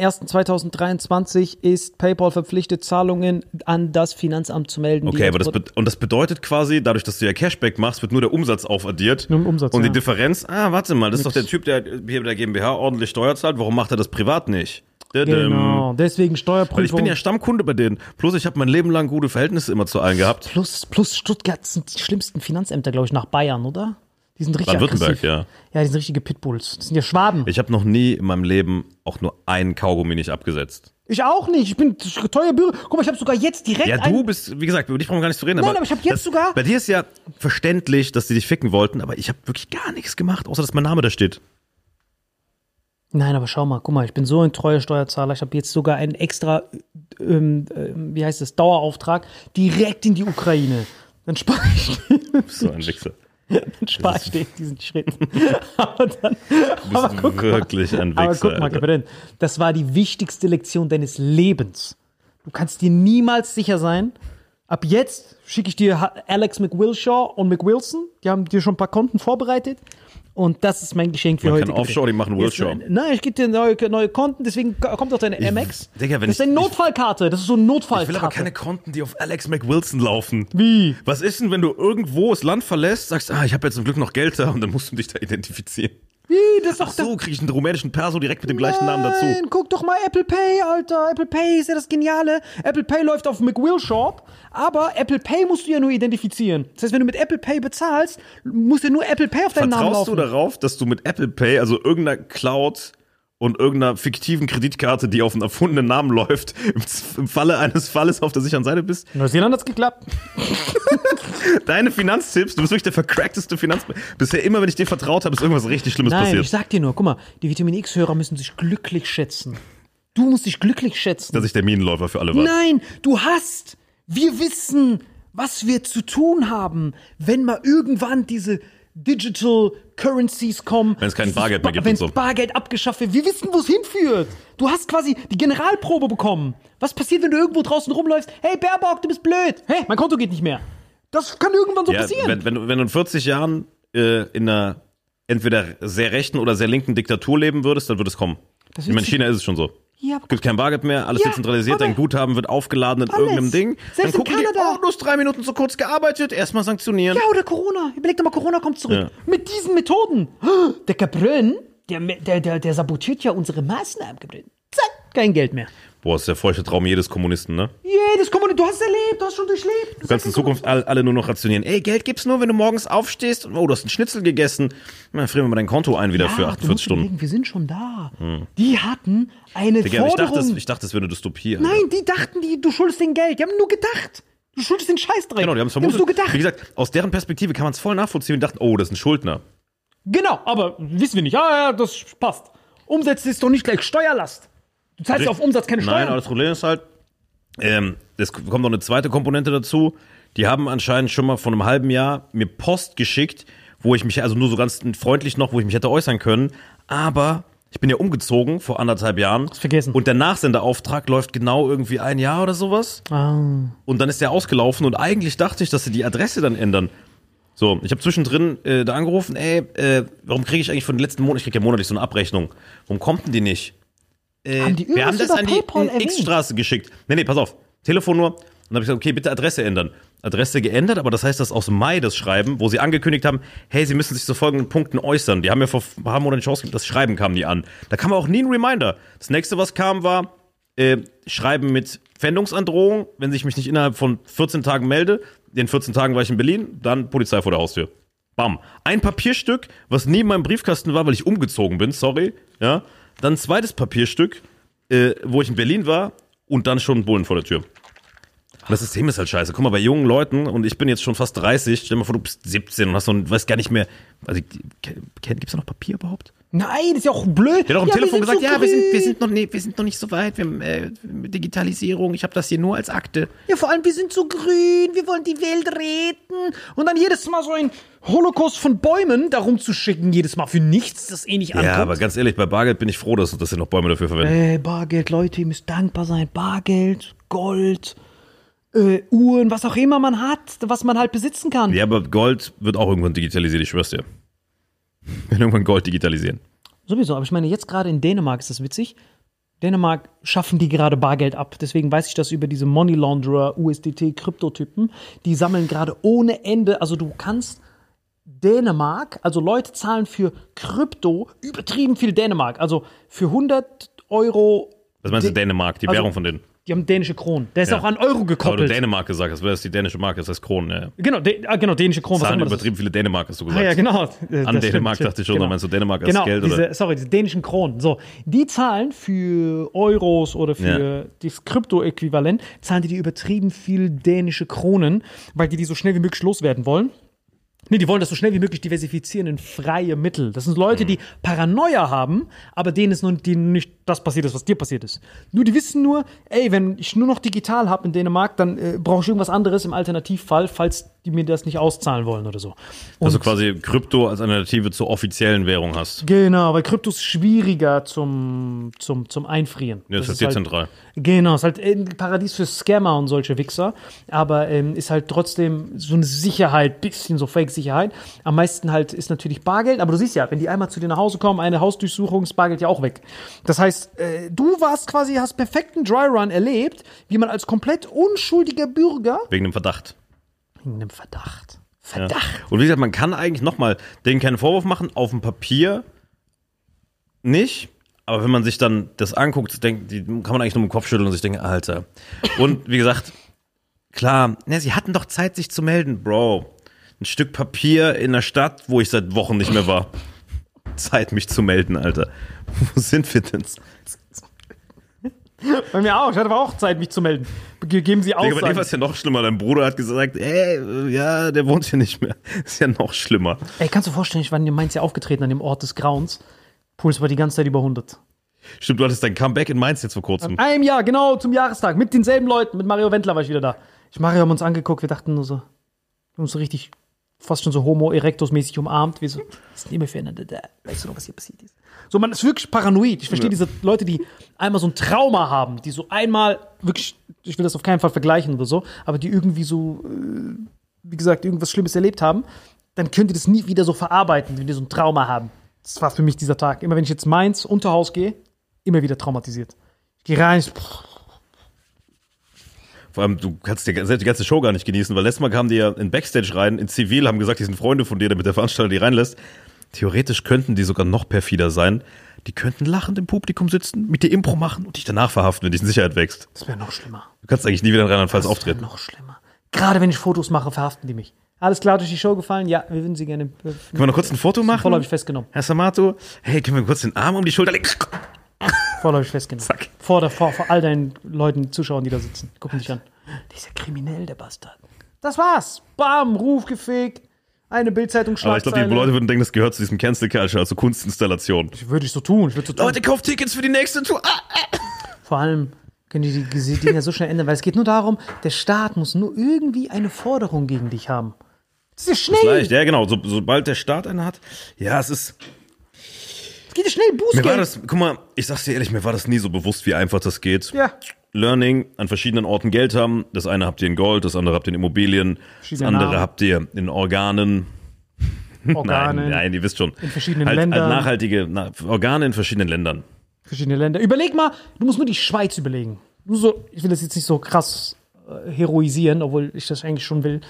1.1.2023 ist PayPal verpflichtet, Zahlungen an das Finanzamt zu melden. Okay, aber das bedeutet quasi, dadurch, dass du ja Cashback machst, wird nur der Umsatz aufaddiert. Nur im Umsatz, Und ja. die Differenz, warte mal, das ist doch der Typ, der hier bei der GmbH ordentlich Steuer zahlt. Warum macht er das privat nicht? Genau, deswegen Steuerprüfung. Weil ich bin ja Stammkunde bei denen. Plus ich habe mein Leben lang gute Verhältnisse immer zu allen gehabt. Plus Stuttgart sind die schlimmsten Finanzämter, glaube ich, nach Bayern, oder? Die sind richtig Baden-Württemberg, aggressiv. ja. Ja, die sind richtige Pitbulls. Das sind ja Schwaben. Ich habe noch nie in meinem Leben auch nur einen Kaugummi nicht abgesetzt. Ich auch nicht. Ich bin teuer Bürger. Guck mal, ich habe sogar jetzt direkt Ja, du bist, wie gesagt, über dich brauchen wir gar nicht zu reden. Nein, aber ich habe jetzt sogar... Bei dir ist ja verständlich, dass die dich ficken wollten, aber ich habe wirklich gar nichts gemacht, außer dass mein Name da steht. Nein, aber schau mal, guck mal, ich bin so ein treuer Steuerzahler. Ich habe jetzt sogar einen extra, wie heißt das, Dauerauftrag direkt in die Ukraine. Dann spare ich. So ein Wichser. Dann spare ich dir diesen Schritt. aber dann, Du bist wirklich ein Wichser, aber guck mal, Alter. Kapitän, das war die wichtigste Lektion deines Lebens. Du kannst dir niemals sicher sein. Ab jetzt schicke ich dir Alex McWilshaw und McWilson. Die haben dir schon ein paar Konten vorbereitet. Und das ist mein Geschenk für Man heute. kann Offshore, die machen Wilshaw. Nein, ich gebe dir neue Konten, deswegen kommt auch deine Amex. Digga, wenn das ist ich- eine Notfallkarte. Das ist so eine Notfallkarte. Ich will aber keine Konten, die auf Alex McWilson laufen. Wie? Was ist denn, wenn du irgendwo das Land verlässt, sagst, ich habe jetzt zum Glück noch Geld da und dann musst du dich da identifizieren. Wie? Das ist doch So kriege ich einen rumänischen Perso direkt mit dem gleichen Namen dazu. Nein, guck doch mal Apple Pay, Alter. Apple Pay ist ja das Geniale. Apple Pay läuft auf McWilshop, aber Apple Pay musst du ja nur identifizieren. Das heißt, wenn du mit Apple Pay bezahlst, muss ja nur Apple Pay auf deinen Namen Vertraust laufen. du darauf, dass du mit Apple Pay, also irgendeiner Cloud und irgendeiner fiktiven Kreditkarte, die auf einen erfundenen Namen läuft, im Falle eines Falles auf der sicheren Seite bist? Neuseeland hat's geklappt. Deine Finanztipps, du bist wirklich der vercrackteste Bisher immer, wenn ich dir vertraut habe, ist irgendwas richtig Schlimmes Nein, passiert. ich sag dir nur, guck mal, die Vitamin X-Hörer müssen sich glücklich schätzen. Du musst dich glücklich schätzen. Dass ich der Minenläufer für alle war. Nein, wir wissen, was wir zu tun haben, wenn mal irgendwann diese Digital Currencies kommen. Wenn es kein Bargeld mehr gibt Wenn und so. Bargeld abgeschafft wird. Wir wissen, wo es hinführt. Du hast quasi die Generalprobe bekommen. Was passiert, wenn du irgendwo draußen rumläufst? Hey, Baerbock, du bist blöd. Hey, mein Konto geht nicht mehr. Das kann irgendwann so Ja, passieren. wenn du in 40 Jahren in einer entweder sehr rechten oder sehr linken Diktatur leben würdest, dann würde es kommen. Das Ich meine, in wird China ist es schon so. Ja, aber Gibt kein Bargeld mehr, alles Ja, dezentralisiert, aber- dein Guthaben wird aufgeladen in Alles. irgendeinem Ding. Selbst Dann in gucken die, Kanada. bloß 3 Minuten zu kurz gearbeitet, erstmal sanktionieren. Ja, oder Corona. Überleg dir mal, Corona kommt zurück. Ja. Mit diesen Methoden. Der Cabrön, der sabotiert ja unsere Maßnahmen, Cabrön. Zack, kein Geld mehr. Boah, ist der feuchte Traum jedes Kommunisten, ne? Jedes Kommunist, du hast es erlebt, du hast schon durchlebt. Du kannst in Zukunft alle nur noch rationieren. Ey, Geld gibt's nur, wenn du morgens aufstehst und, oh, du hast einen Schnitzel gegessen. Dann frieren wir mal dein Konto ein wieder für du 48 musst Stunden. überlegen, wir sind schon da. Die hatten eine Digga, Forderung. ich dachte, das wäre eine Dystopie. Alter. Nein, die dachten, du schuldest den Geld. Die haben nur gedacht. Du schuldest den Scheißdreck. Genau, die haben es vermutet. nur gedacht. Wie gesagt, aus deren Perspektive kann man es voll nachvollziehen und dachten, oh, das ist ein Schuldner. Genau, aber wissen wir nicht. Ja, das passt. Umsätze ist doch nicht gleich Steuerlast. Du zahlst ja auf Umsatz keine Steuern. Nein, aber das Problem ist halt, es kommt noch eine zweite Komponente dazu. Die haben anscheinend schon mal vor einem halben Jahr mir Post geschickt, wo ich mich, also nur so ganz freundlich noch, wo ich mich hätte äußern können. Aber ich bin ja umgezogen vor 1,5 Jahren. Hast vergessen. Und der Nachsenderauftrag läuft genau irgendwie 1 Jahr oder sowas. Und dann ist der ausgelaufen und eigentlich dachte ich, dass sie die Adresse dann ändern. So, ich habe zwischendrin da angerufen, warum kriege ich eigentlich von den letzten Monaten, ich kriege ja monatlich so eine Abrechnung. Warum kommt denn die nicht? Haben die Wir haben irgendwas das über an die PayPal erwähnt? X-Straße geschickt. Nee, pass auf. Telefon nur. Und dann habe ich gesagt, okay, bitte Adresse ändern. Adresse geändert, aber das heißt, dass aus Mai das Schreiben, wo sie angekündigt haben, hey, sie müssen sich zu folgenden Punkten äußern. Die haben mir vor ein paar Monaten die Chance gegeben, das Schreiben kam nie an. Da kam auch nie ein Reminder. Das nächste, was kam, war Schreiben mit Pfändungsandrohung, wenn ich mich nicht innerhalb von 14 Tagen melde. In 14 Tagen war ich in Berlin, dann Polizei vor der Haustür. Bam. Ein Papierstück, was nie in meinem Briefkasten war, weil ich umgezogen bin, sorry. Ja. Dann ein zweites Papierstück, wo ich in Berlin war und dann schon Bullen vor der Tür. Und das System ist halt scheiße. Guck mal, bei jungen Leuten, und ich bin jetzt schon fast 30, stell dir mal vor, du bist 17 und hast so ein, weiß gar nicht mehr, also gibt's da noch Papier überhaupt? Nein, das ist ja auch blöd. Der hat auch am Telefon wir sind gesagt, so wir grün. sind noch nicht so weit mit Digitalisierung, ich habe das hier nur als Akte. Ja, vor allem, wir sind so grün, wir wollen die Welt retten. Und dann jedes Mal so ein Holocaust von Bäumen da rumzuschicken, jedes Mal für nichts, das eh nicht ankommt. Ja, aber ganz ehrlich, bei Bargeld bin ich froh, dass sie noch Bäume dafür verwenden. Bargeld, Leute, ihr müsst dankbar sein. Bargeld, Gold, Uhren, was auch immer man hat, was man halt besitzen kann. Ja, aber Gold wird auch irgendwann digitalisiert, ich schwör's dir. Wir werden irgendwann Gold digitalisieren. Sowieso, aber ich meine, jetzt gerade in Dänemark ist das witzig. Dänemark schaffen die gerade Bargeld ab. Deswegen weiß ich das über diese Money Launderer, USDT-Kryptotypen. Die sammeln gerade ohne Ende. Also du kannst Dänemark, also Leute zahlen für Krypto übertrieben viel Dänemark. Also für 100 Euro. Was meinst du, Dänemark, die also- Währung von denen? Die haben dänische Kronen. Der ist Ja. auch an Euro Aber du gekoppelt. Dänemark gesagt hast, weil das die dänische Marke, das heißt Kronen. Ja. Genau, dänische Kronen. was auch Zahlen immer das ist. übertrieben viele Dänemark, hast du gesagt. Ja, genau. An Dänemark dachte ich schon, da meinst du Dänemark als genau, Geld, oder? diese dänischen Kronen. So, die zahlen für Euros oder für das Krypto-Äquivalent, zahlen die übertrieben viel dänische Kronen, weil die so schnell wie möglich loswerden wollen. Nee, die wollen das so schnell wie möglich diversifizieren in freie Mittel. Das sind Leute, die Paranoia haben, aber denen ist denen nicht das passiert ist, was dir passiert ist. Nur die wissen nur, ey, wenn ich nur noch digital habe in Dänemark, dann brauche ich irgendwas anderes im Alternativfall, falls die mir das nicht auszahlen wollen oder so. Und Also quasi Krypto als Alternative zur offiziellen Währung hast. genau, weil Krypto ist schwieriger zum Einfrieren. Ja, das ist ist halt dezentral. Genau, ist halt ein Paradies für Scammer und solche Wichser, aber ist halt trotzdem so eine Sicherheit, bisschen so Fake-Sicherheit. Am meisten halt ist natürlich Bargeld, aber du siehst ja, wenn die einmal zu dir nach Hause kommen, eine Hausdurchsuchung, ist Bargeld ja auch weg. Das heißt, du hast perfekten Dry-Run erlebt, wie man als komplett unschuldiger Bürger Wegen dem Verdacht. wegen einem Verdacht. Ja. Und wie gesagt, man kann eigentlich nochmal denen keinen Vorwurf machen, auf dem Papier nicht, aber wenn man sich dann das anguckt, die kann man eigentlich nur im Kopf schütteln und sich denken, Alter. Und wie gesagt, klar, sie hatten doch Zeit, sich zu melden, Bro. Ein Stück Papier in der Stadt, wo ich seit Wochen nicht mehr war. Zeit, mich zu melden, Alter. Wo sind wir denn? Bei mir auch, ich hatte aber auch Zeit, mich zu melden. Geben Sie Digga, bei dir Aussagen. war es ja noch schlimmer. Dein Bruder hat gesagt, ja, der wohnt hier nicht mehr. Ist ja noch schlimmer. Ey, kannst du dir vorstellen, ich war in Mainz ja aufgetreten an dem Ort des Grauens. Puls war die ganze Zeit über 100. Stimmt, du hattest dein Comeback in Mainz jetzt vor kurzem. Einem Jahr, genau, zum Jahrestag. Mit denselben Leuten, mit Mario Wendler war ich wieder da. Mario haben uns angeguckt, wir dachten nur so, wir haben uns so richtig, fast schon so Homo erectus-mäßig umarmt. Wir so, wir sind immer füreinander da. Weißt du noch, was hier passiert ist? So, man ist wirklich paranoid. Ich verstehe diese Leute, die einmal so ein Trauma haben, die so einmal wirklich, ich will das auf keinen Fall vergleichen oder so, aber die irgendwie so, wie gesagt, irgendwas Schlimmes erlebt haben, dann könnt ihr das nie wieder so verarbeiten, wenn die so ein Trauma haben. Das war für mich dieser Tag. Immer wenn ich jetzt Mainz unter Haus gehe, immer wieder traumatisiert. Ich gehe rein, Vor allem, du kannst die ganze Show gar nicht genießen, weil letztes Mal kamen die ja in Backstage rein, in Zivil, haben gesagt, die sind Freunde von dir, damit der Veranstalter die reinlässt. Theoretisch könnten die sogar noch perfider sein. Die könnten lachend im Publikum sitzen, mit dir Impro machen und dich danach verhaften, wenn dich in Sicherheit wächst. das wäre noch schlimmer. Du kannst eigentlich nie wieder in Rheinland-Pfalz auftreten. Noch schlimmer. Gerade wenn ich Fotos mache, verhaften die mich. Alles klar, durch die Show gefallen? Ja, wir würden sie gerne. Können wir noch kurz ein Foto machen? Vorläufig festgenommen. Herr Samato, hey, können wir kurz den Arm um die Schulter legen? Vorläufig festgenommen. Zack. Vor all deinen Leuten, Zuschauern, die da sitzen. Gucken dich an. Der ist ja kriminell, der Bastard. Das war's. Bam, Ruf gefegt. Eine Bildzeitung Aber ich glaube, die Schlagzeile. Leute würden denken, das gehört zu diesem Cancel Culture, also Kunstinstallation. Würde ich so tun. Ich würde so tun. Leute, kauft Tickets für die nächste Tour. Vor allem können die Dinge so schnell ändern, weil es geht nur darum, der Staat muss nur irgendwie eine Forderung gegen dich haben. Das ist ja schnell. Leicht, ja genau. Sobald der Staat eine hat, ja, es geht ja schnell. mir war Bußgeld. das, guck mal, ich sag's dir ehrlich, mir war das nie so bewusst, wie einfach das geht. Ja. Learning, an verschiedenen Orten Geld haben. Das eine habt ihr in Gold, das andere habt ihr in Immobilien, das Verschiedene andere Namen. habt ihr in Organen. Organe. Nein, ihr wisst schon. In verschiedenen halt Ländern. nachhaltige Organe in verschiedenen Ländern. Verschiedene Länder. Überleg mal, du musst nur die Schweiz überlegen. Nur so, ich will das jetzt nicht so krass heroisieren, obwohl ich das eigentlich schon will.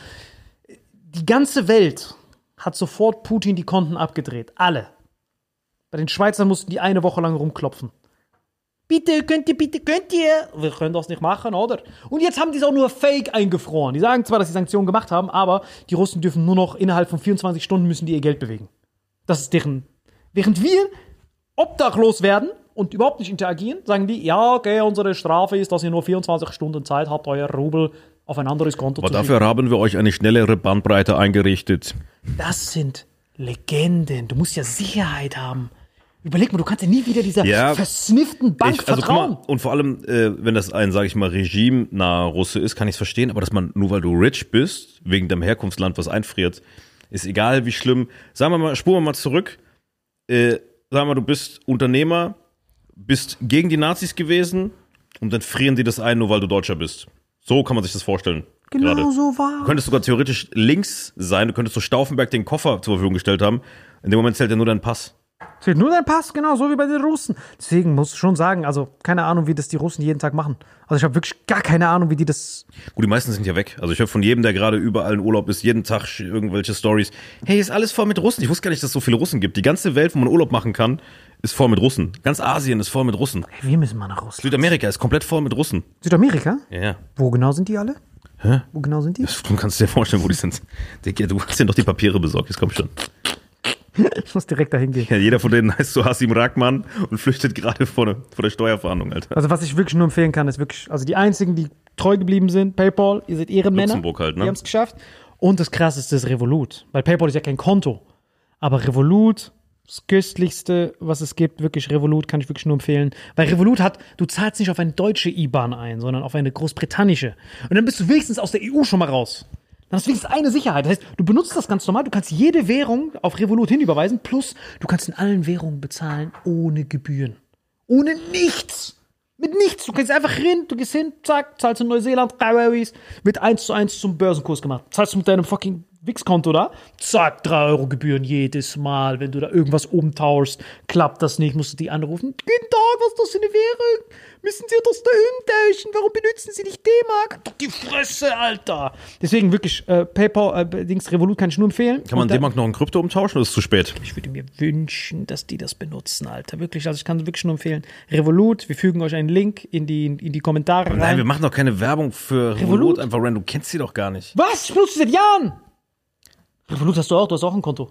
Die ganze Welt hat sofort Putin die Konten abgedreht. Alle. Bei den Schweizern mussten die eine Woche lang rumklopfen. Bitte, könnt ihr? Wir können das nicht machen, oder? Und jetzt haben die es auch nur fake eingefroren. Die sagen zwar, dass sie Sanktionen gemacht haben, aber die Russen dürfen nur noch innerhalb von 24 Stunden müssen die ihr Geld bewegen. Das ist deren. Während wir obdachlos werden und überhaupt nicht interagieren, sagen die, ja, okay, unsere Strafe ist, dass ihr nur 24 Stunden Zeit habt, euer Rubel auf ein anderes Konto Aber zu dafür haben wir euch eine schnellere Bandbreite eingerichtet. Das sind Legenden. Du musst ja Sicherheit haben. Überleg mal, du kannst ja nie wieder dieser Ja, versnifften Bank Also guck vertrauen. mal, und vor allem, wenn das ein, sage ich mal, regimenaher Russe ist, kann ich es verstehen, aber dass man, nur weil du rich bist, wegen deinem Herkunftsland was einfriert, ist egal wie schlimm. Sagen wir mal, spuren wir mal zurück, sagen wir mal, du bist Unternehmer, bist gegen die Nazis gewesen und dann frieren die das ein, nur weil du Deutscher bist. So kann man sich das vorstellen. Genau gerade. so war. Du könntest sogar theoretisch links sein, du könntest so Stauffenberg den Koffer zur Verfügung gestellt haben. In dem Moment zählt ja nur dein Pass. Zählt nur dein Pass, genau, so wie bei den Russen. Deswegen muss ich schon sagen, also keine Ahnung, wie das die Russen jeden Tag machen. Also ich habe wirklich gar keine Ahnung, wie die das. Gut, die meisten sind ja weg. Also ich höre von jedem, der gerade überall in Urlaub ist, jeden Tag irgendwelche Stories. Hey, ist alles voll mit Russen. Ich wusste gar nicht, dass es so viele Russen gibt. Die ganze Welt, wo man Urlaub machen kann, ist voll mit Russen. Ganz Asien ist voll mit Russen. Hey, wir müssen mal nach Russland. Südamerika ist komplett voll mit Russen. Südamerika? Ja, ja. Wo genau sind die alle? Hä? Wo genau sind die? Du kannst dir vorstellen, wo die sind. Digga, du hast ja doch die Papiere besorgt. Jetzt komm schon. Ich muss direkt dahin gehen. Ja, jeder von denen heißt so Hasim Rahman und flüchtet gerade vor der Steuerfahndung, Alter. Also was ich wirklich nur empfehlen kann, ist wirklich, also die einzigen, die treu geblieben sind, PayPal, ihr seid Ehrenmänner. Luxemburg halt, ne? Die haben es geschafft. Und das Krasseste ist Revolut. Weil PayPal ist ja kein Konto. Aber Revolut, das köstlichste, was es gibt, wirklich Revolut, kann ich wirklich nur empfehlen. Weil Revolut du zahlst nicht auf eine deutsche IBAN ein, sondern auf eine großbritannische. Und dann bist du wenigstens aus der EU schon mal raus. Dann hast du wenigstens eine Sicherheit. Das heißt, du benutzt das ganz normal, du kannst jede Währung auf Revolut hinüberweisen, plus du kannst in allen Währungen bezahlen ohne Gebühren. Ohne nichts. Mit nichts. Du kannst einfach rein, du gehst hin, zack, zahlst in Neuseeland, 3 Euros, wird 1:1 zum Börsenkurs gemacht. Zahlst du mit deinem fucking Wix-Konto da, zack, 3 Euro Gebühren jedes Mal. Wenn du da irgendwas umtauschst, klappt das nicht, musst du die anrufen. Guten Tag, was ist das für eine Währung? Müssen Sie das da umtauschen? Warum benutzen Sie nicht D-Mark? Doch die Fresse, Alter. Deswegen wirklich, PayPal, Revolut kann ich nur empfehlen. Kann man D-Mark noch in Krypto umtauschen oder ist es zu spät? Ich würde mir wünschen, dass die das benutzen, Alter. Wirklich, also ich kann es wirklich nur empfehlen. Revolut, wir fügen euch einen Link in die Kommentare rein. Nein, wir machen doch keine Werbung für Revolut einfach random. Du kennst sie doch gar nicht. Was? Ich benutze sie seit Jahren. Revolut hast du auch ein Konto.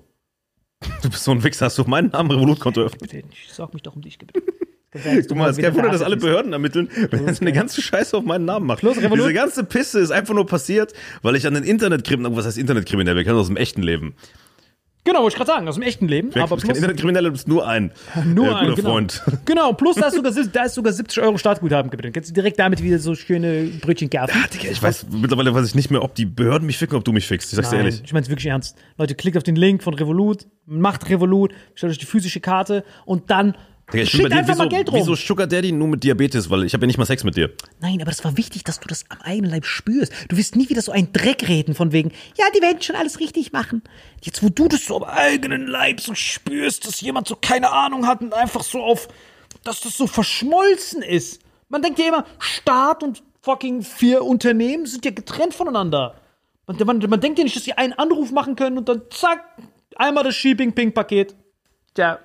Du bist so ein Wichser, hast du auf meinen Namen Revolut-Konto eröffnet? Bitte, ich sorg mich doch um dich, bitte. Guck mal, es ist kein Wunder, dass alle Behörden ermitteln, wenn das eine ganze Scheiße auf meinen Namen macht. Diese ganze Pisse ist einfach nur passiert, weil ich an den Internetkriminellen, was heißt Internetkriminell? Wir kennen das aus dem echten Leben. Genau, wollte ich gerade sagen, aus dem echten Leben. Du bist kein Internetkriminelle, du bist nur ein guter genau. Freund. Genau, plus da ist sogar 70 Euro Startguthaben gebildet. Kannst du direkt damit wieder so schöne Brötchen kaufen. Ja, Digga, ich weiß mittlerweile weiß ich nicht mehr, ob die Behörden mich ficken, ob du mich fickst. Ich sag's dir ehrlich. Ich mein's wirklich ernst. Leute, klickt auf den Link von Revolut, macht Revolut, stellt euch die physische Karte und dann Digga, schickt einfach mal Geld rum. Wieso Sugar Daddy nur mit Diabetes? Weil ich habe ja nicht mal Sex mit dir. Nein, aber das war wichtig, dass du das am eigenen Leib spürst. Du wirst nie wieder so einen Dreck reden von wegen, ja, die werden schon alles richtig machen. Jetzt, wo du das so am eigenen Leib so spürst, dass jemand so keine Ahnung hat und einfach so dass das so verschmolzen ist. Man denkt ja immer, Staat und fucking 4 Unternehmen sind ja getrennt voneinander. Man denkt ja nicht, dass sie einen Anruf machen können und dann zack, einmal das Shipping-Ping-Paket. Tja.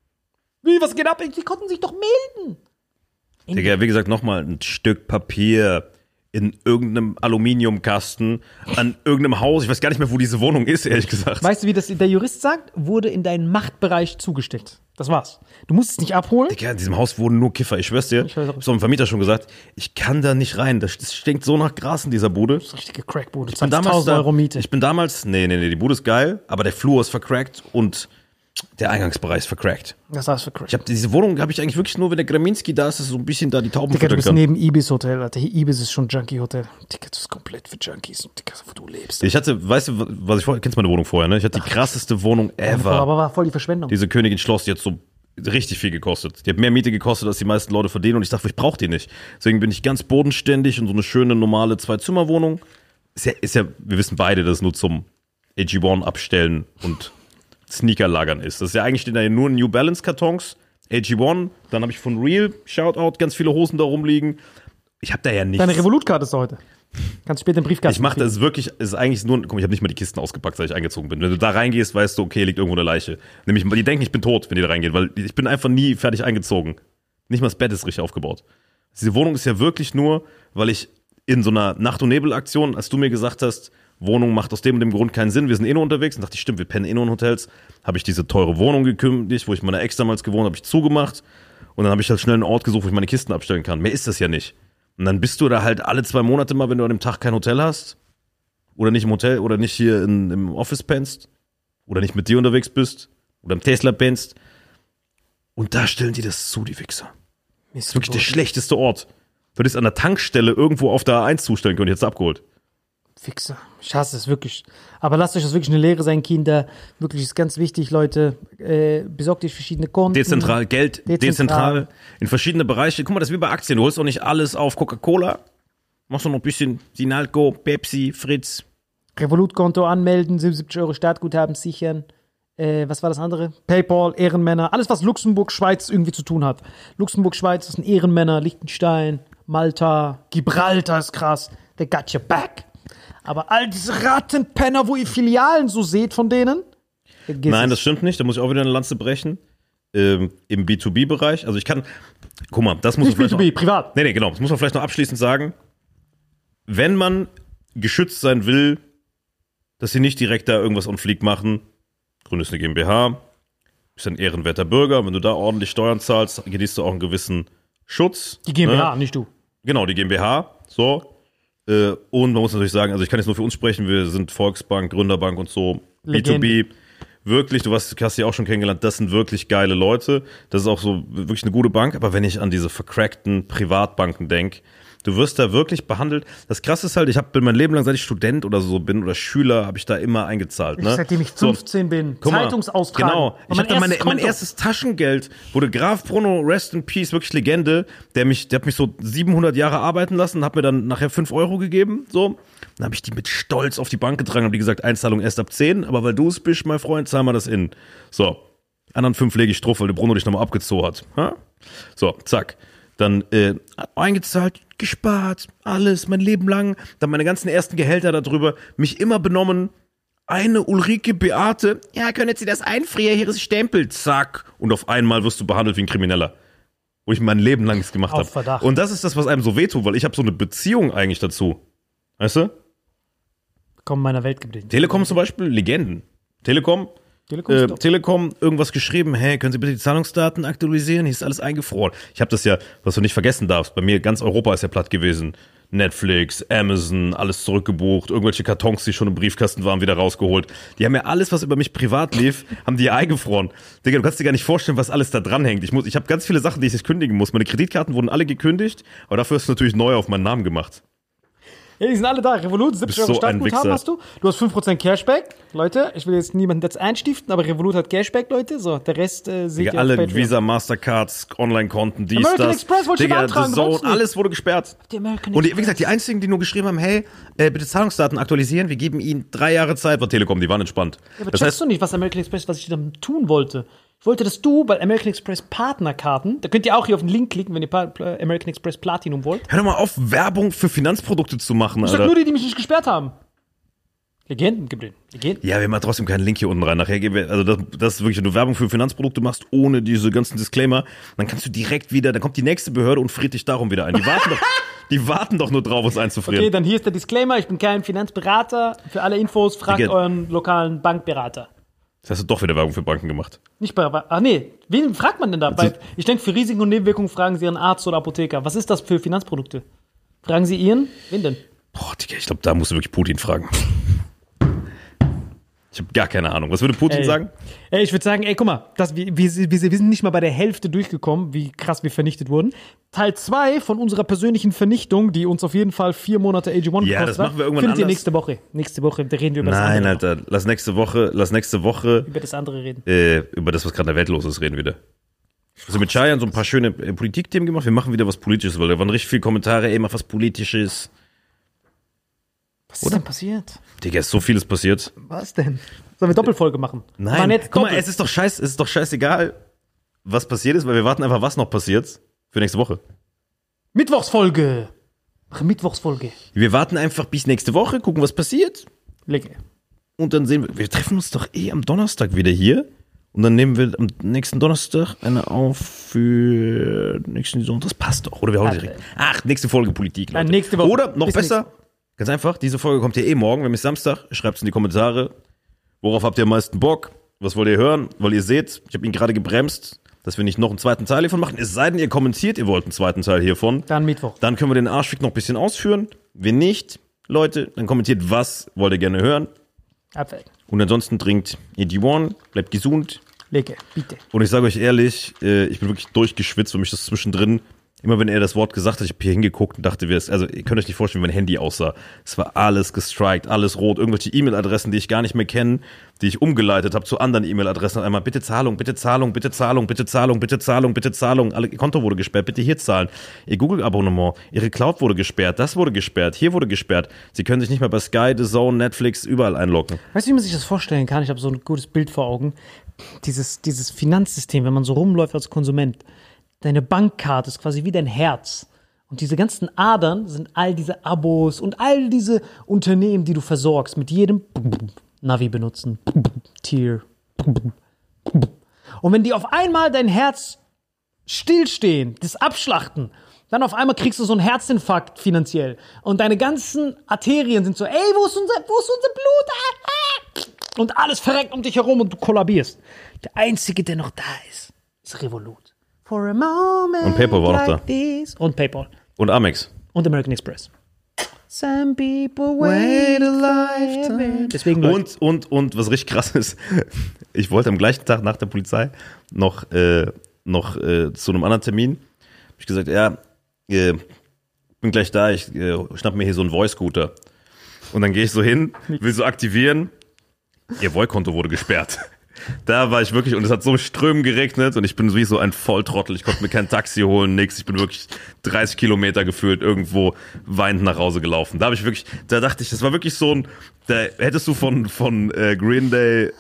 Wie, was geht ab? Die konnten sich doch melden. Digga, wie gesagt, nochmal ein Stück Papier in irgendeinem Aluminiumkasten an irgendeinem Haus. Ich weiß gar nicht mehr, wo diese Wohnung ist, ehrlich gesagt. Weißt du, wie das der Jurist sagt? Wurde in deinen Machtbereich zugesteckt. Das war's. Du musst es nicht abholen. Digga, in diesem Haus wohnen nur Kiffer. Ich schwör's dir. Ich habe so einem Vermieter schon gesagt, ich kann da nicht rein. Das stinkt so nach Gras in dieser Bude. Das ist eine richtige Crackbude. Ich bin damals 1000 Euro Miete. Ich bin damals, nee, die Bude ist geil, aber der Flur ist vercrackt und der Eingangsbereich ist vercrackt. Das heißt vercrackt. Diese Wohnung habe ich eigentlich wirklich nur, wenn der Graminski da ist, dass so ein bisschen da die Tauben Digga, du füttern bist kann. neben Ibis Hotel, Alter. Ibis ist schon Junkie-Hotel. Digga, das ist komplett für Junkies. Und Digga, wo du lebst. Ich hatte, weißt du, was ich vorher, kennst du meine Wohnung vorher, ne? Ich hatte die krasseste Wohnung ever. Aber war voll die Verschwendung. Diese Königin Schloss, die hat so richtig viel gekostet. Die hat mehr Miete gekostet, als die meisten Leute verdienen und ich dachte, ich brauche die nicht. Deswegen bin ich ganz bodenständig und so eine schöne, normale 2-Zimmer-Wohnung. Ist ja, wir wissen beide, dass es nur zum AG1 abstellen und Sneaker-Lagern ist. Das ist ja eigentlich, stehen da ja nur New Balance-Kartons, AG1, dann habe ich von Real, Shoutout, ganz viele Hosen da rumliegen. Ich habe da ja nichts. Deine Revolut-Karte ist heute. Kannst später den Briefkasten. Ich mache das wirklich, ist eigentlich nur, guck mal, ich habe nicht mal die Kisten ausgepackt, seit ich eingezogen bin. Wenn du da reingehst, weißt du, okay, liegt irgendwo eine Leiche. Nämlich, die denken, ich bin tot, wenn die da reingehen, weil ich bin einfach nie fertig eingezogen. Nicht mal das Bett ist richtig aufgebaut. Diese Wohnung ist ja wirklich nur, weil ich in so einer Nacht- und Nebel-Aktion, als du mir gesagt hast, Wohnung macht aus dem und dem Grund keinen Sinn, wir sind nur unterwegs, und dachte ich, stimmt, wir pennen nur in Hotels, habe ich diese teure Wohnung gekündigt, wo ich mit meiner Ex damals gewohnt habe, ich zugemacht und dann habe ich halt schnell einen Ort gesucht, wo ich meine Kisten abstellen kann. Mehr ist das ja nicht. Und dann bist du da halt alle 2 Monate mal, wenn du an dem Tag kein Hotel hast oder nicht im Hotel oder nicht hier im Office pennst oder nicht mit dir unterwegs bist oder im Tesla pennst und da stellen die das zu, die Wichser. Das ist wirklich der schlechteste Ort. Du hättest an der Tankstelle irgendwo auf der A1 zustellen können, jetzt abgeholt. Fixer. Ich hasse es wirklich. Aber lasst euch das wirklich eine Lehre sein, Kinder. Wirklich ist ganz wichtig, Leute. Besorgt euch verschiedene Konten. Dezentral, Geld, dezentral in verschiedene Bereiche. Guck mal, das ist wie bei Aktien. Du holst auch nicht alles auf Coca-Cola. Machst du noch ein bisschen Sinalco, Pepsi, Fritz. Revolut-Konto anmelden, 77 Euro Startguthaben sichern. Was war das andere? PayPal, Ehrenmänner. Alles, was Luxemburg, Schweiz irgendwie zu tun hat. Luxemburg, Schweiz, das sind Ehrenmänner. Liechtenstein, Malta, Gibraltar ist krass. They got your back. Aber all diese Rattenpenner, wo ihr Filialen so seht von denen? Nein, das stimmt nicht. Da muss ich auch wieder eine Lanze brechen. Im B2B-Bereich. Also ich kann, guck mal, das muss nicht man B2B, privat. Nee, genau. Das muss man vielleicht noch abschließend sagen. Wenn man geschützt sein will, dass sie nicht direkt da irgendwas on fleek machen, gründest eine GmbH, bist ein ehrenwerter Bürger. Wenn du da ordentlich Steuern zahlst, genießt du auch einen gewissen Schutz. Die GmbH, nicht du. Genau, die GmbH. So. Und man muss natürlich sagen, also ich kann jetzt nur für uns sprechen, wir sind Volksbank, Gründerbank und so, Legende. B2B, wirklich, du hast sie auch schon kennengelernt, das sind wirklich geile Leute, das ist auch so wirklich eine gute Bank, aber wenn ich an diese vercrackten Privatbanken denke, Du wirst da wirklich behandelt. Das Krasse ist halt, ich bin mein Leben lang, seit ich Student oder so bin oder Schüler, habe ich da immer eingezahlt. Ne? Seitdem ich 15 bin. Guck mal, Zeitungsaustragen. Genau. Ich hatte mein erstes Taschengeld, wurde Graf Bruno, Rest in Peace, wirklich Legende, der hat mich so 700 Jahre arbeiten lassen, hat mir dann nachher 5 Euro gegeben, so. Dann habe ich die mit Stolz auf die Bank getragen, habe die gesagt, Einzahlung erst ab 10, aber weil du es bist, mein Freund, zahlen wir das in. So. Anderen 5 lege ich drauf, weil der Bruno dich nochmal abgezogen hat. Ha? So, zack. Dann eingezahlt, gespart, alles, mein Leben lang. Dann meine ganzen ersten Gehälter darüber, mich immer benommen. Eine Ulrike Beate, ja, können Sie das einfrieren, hier ist Stempel, zack. Und auf einmal wirst du behandelt wie ein Krimineller. Wo ich mein Leben lang nichts gemacht habe. Verdacht. Und das ist das, was einem so wehtut, weil ich habe so eine Beziehung eigentlich dazu. Weißt du? Komm meiner Welt geblieben. Telekom zum Beispiel, Legenden. Telekom, irgendwas geschrieben, hey, können Sie bitte die Zahlungsdaten aktualisieren? Hier ist alles eingefroren. Ich habe das ja, was du nicht vergessen darfst, bei mir ganz Europa ist ja platt gewesen. Netflix, Amazon, alles zurückgebucht, irgendwelche Kartons, die schon im Briefkasten waren, wieder rausgeholt. Die haben ja alles, was über mich privat lief, haben die ja eingefroren. Digga, du kannst dir gar nicht vorstellen, was alles da dran hängt. Ich habe ganz viele Sachen, die ich jetzt kündigen muss. Meine Kreditkarten wurden alle gekündigt, aber dafür ist es natürlich neu auf meinen Namen gemacht. Ja, die sind alle da. Revolut, 70 Euro so ein Startguthaben Wichser. hast du. Du hast 5% Cashback. Leute, ich will jetzt niemanden jetzt einstiften, aber Revolut hat Cashback, Leute. So, der Rest seht Digga, ihr alle auf Patreon. Visa, Mastercards, Online-Konten, dies, American das. Express wollte ich Digga, beantragen, The Zone, glaubst du nicht? alles wurde gesperrt. Die American Und wie Express. gesagt, die einzigen, die nur geschrieben haben, hey, bitte Zahlungsdaten aktualisieren, wir geben Ihnen 3 Jahre Zeit, war Telekom, die waren entspannt. Ja, aber Das checkst heißt, du nicht, was American Express, was ich damit tun wollte? Ich wollte, dass du bei American Express Partnerkarten, da könnt ihr auch hier auf den Link klicken, wenn ihr American Express Platinum wollt. hör doch mal auf, Werbung für Finanzprodukte zu machen, Ich sag Alter. nur die mich nicht gesperrt haben. Legenden geblieben. Legenden. Ja, wir machen trotzdem keinen Link hier unten rein. Nachher gehen wir, also das ist wirklich, wenn du Werbung für Finanzprodukte machst, ohne diese ganzen Disclaimer, dann kannst du direkt wieder, dann kommt die nächste Behörde und friert dich darum wieder ein. Die warten doch nur drauf, uns einzufrieren. Okay, dann hier ist der Disclaimer, ich bin kein Finanzberater. Für alle Infos fragt Digga. euren lokalen Bankberater. Das hast du doch wieder Werbung für Banken gemacht. Nicht bei, wen fragt man denn da? Ich denke, für Risiken und Nebenwirkungen fragen Sie Ihren Arzt oder Apotheker. Was ist das für Finanzprodukte? Fragen Sie Ihren? Wen denn? Boah, Digga, ich glaube, da musst du wirklich Putin fragen. Ich habe gar keine Ahnung. Was würde Putin sagen? Ey, ich würde sagen, guck mal, wir sind nicht mal bei der Hälfte durchgekommen, wie krass wir vernichtet wurden. Teil 2 von unserer persönlichen Vernichtung, die uns auf jeden Fall 4 Monate AG1 gekostet Ja, hat, das machen wir irgendwann findet ihr anders. nächste Woche. Nächste Woche reden wir über das Nein, andere. Alter, lass nächste Woche Über das andere reden. über das, was gerade in der Welt los ist, reden wieder. Also mit Chayan so ein paar schöne Politikthemen gemacht. Wir machen wieder was Politisches, weil da waren richtig viele Kommentare, mach was Politisches. Was ist denn passiert? Digga, ist so vieles passiert. Was denn? Sollen wir Doppelfolge machen? Nein, Mann, jetzt guck mal, doppelt. es ist doch scheißegal, was passiert ist, weil wir warten einfach, was noch passiert für nächste Woche. Mittwochsfolge. Mach Mittwochsfolge. Wir warten einfach bis nächste Woche, gucken, was passiert. Lege. Und dann sehen wir treffen uns doch am Donnerstag wieder hier. Und dann nehmen wir am nächsten Donnerstag eine auf für nächsten Sonntag. Das passt doch. Oder wir hauen direkt. Ach, nächste Folge Politik, Leute. Nein, nächste Woche. Oder noch Bis besser, ganz einfach, diese Folge kommt ja morgen, wenn es Samstag. Schreibt es in die Kommentare. Worauf habt ihr am meisten Bock? Was wollt ihr hören? Weil ihr seht, ich habe ihn gerade gebremst, dass wir nicht noch einen zweiten Teil hiervon machen. Es sei denn, ihr kommentiert, ihr wollt einen zweiten Teil hiervon. Dann Mittwoch. Dann können wir den Arschfick noch ein bisschen ausführen. Wenn nicht, Leute, dann kommentiert, was wollt ihr gerne hören. Abfällt. Und ansonsten trinkt AG1, bleibt gesund. Lege, bitte. Und ich sage euch ehrlich, ich bin wirklich durchgeschwitzt, weil mich das zwischendrin, immer wenn er das Wort gesagt hat, ich habe hier hingeguckt und dachte, also ihr könnt euch nicht vorstellen, wie mein Handy aussah. Es war alles gestrikt, alles rot, irgendwelche E-Mail-Adressen, die ich gar nicht mehr kenne, die ich umgeleitet habe zu anderen E-Mail-Adressen. Einmal bitte Zahlung, bitte Zahlung, bitte Zahlung, bitte Zahlung, bitte Zahlung, bitte Zahlung. Ihr Konto wurde gesperrt, bitte hier zahlen. Ihr Google-Abonnement, Ihre Cloud wurde gesperrt, das wurde gesperrt, hier wurde gesperrt. Sie können sich nicht mehr bei Sky, The Zone, Netflix, überall einloggen. Weißt du, wie man sich das vorstellen kann? Ich habe so ein gutes Bild vor Augen. Dieses Finanzsystem, wenn man so rumläuft als Konsument. Deine Bankkarte ist quasi wie dein Herz. Und diese ganzen Adern sind all diese Abos und all diese Unternehmen, die du versorgst. Mit jedem Navi benutzen, Tier. Und wenn die auf einmal dein Herz stillstehen, das abschlachten, dann auf einmal kriegst du so einen Herzinfarkt finanziell. Und deine ganzen Arterien sind so, ey, wo ist unser Blut? Und alles verreckt um dich herum und du kollabierst. Der Einzige, der noch da ist Revolut. For a moment Und PayPal war noch da. like this. Und PayPal. Und Amex. Und American Express. Some people wait a lifetime. Deswegen, Leute, Und was richtig krass ist, ich wollte am gleichen Tag nach der Polizei noch zu einem anderen Termin. Hab ich gesagt, ja, bin gleich da, ich schnapp mir hier so einen Voice-Scooter. Und dann gehe ich so hin, will so aktivieren. Ihr Voice-Konto wurde gesperrt. Da war ich wirklich, und es hat so strömend geregnet und ich bin wie so ein Volltrottel. Ich konnte mir kein Taxi holen, nix. Ich bin wirklich 30 Kilometer gefühlt irgendwo weinend nach Hause gelaufen. Da dachte ich, das war wirklich so ein, da hättest du von Green Day,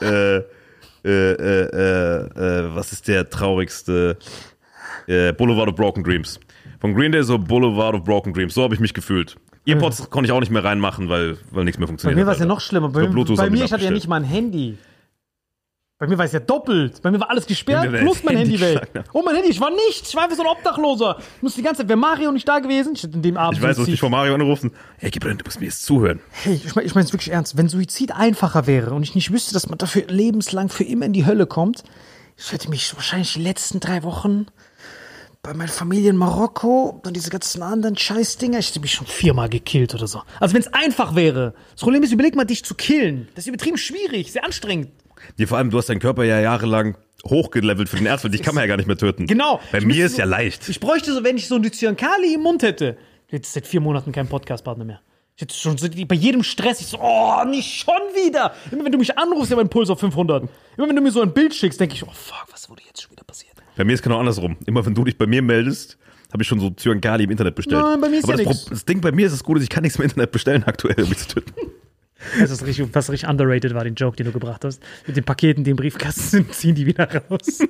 was ist der traurigste, Boulevard of Broken Dreams. Von Green Day so Boulevard of Broken Dreams. So habe ich mich gefühlt. Earpods konnte ich auch nicht mehr reinmachen, weil nichts mehr Bei funktioniert. mir war es ja noch schlimmer. Bei mir, ich hatte ja abgestellt. nicht mal ein Handy. Bei mir war es ja doppelt. Bei mir war alles gesperrt, plus mein Handy weg. Oh, mein Handy, ich war nichts. Ich war einfach so ein Obdachloser. Ich musste die ganze Zeit, wäre Mario nicht da gewesen, ich hätte in dem Abend Ich weiß, du hast Suizid. mich von Mario angerufen. Hey, Gibran, du musst mir jetzt zuhören. Hey, ich meine es wirklich ernst. Wenn Suizid einfacher wäre und ich nicht wüsste, dass man dafür lebenslang für immer in die Hölle kommt, ich hätte mich wahrscheinlich die letzten 3 Wochen bei meiner Familie in Marokko, dann diese ganzen anderen Scheißdinger, ich hätte mich schon 4-mal gekillt oder so. Also wenn es einfach wäre. Das Problem ist, überleg mal, dich zu killen. Das ist übertrieben schwierig, sehr anstrengend. Vor allem, du hast deinen Körper ja jahrelang hochgelevelt für den Ernstfall. Dich kann man ja gar nicht mehr töten. Genau. Bei mir ist ja leicht. Ich bräuchte so, wenn ich so einen Cyankali im Mund hätte. Jetzt seit 4 Monaten keinen Podcast-Partner mehr. Ich hätte schon so, bei jedem Stress, ich so, oh, nicht schon wieder. Immer wenn du mich anrufst, ja mein Puls auf 500. Immer wenn du mir so ein Bild schickst, denke ich, oh fuck, was wurde jetzt schon wieder passiert? Bei mir ist genau andersrum. Immer wenn du dich bei mir meldest, habe ich schon so Cyankali im Internet bestellt. Nein, bei mir ist Aber ja nichts. das Ding bei mir ist das Gute, ich kann nichts im Internet bestellen aktuell, um mich zu töten. Das ist richtig, was richtig underrated war, den Joke, den du gebracht hast. Mit den Paketen, die im Briefkasten sind, ziehen die wieder raus.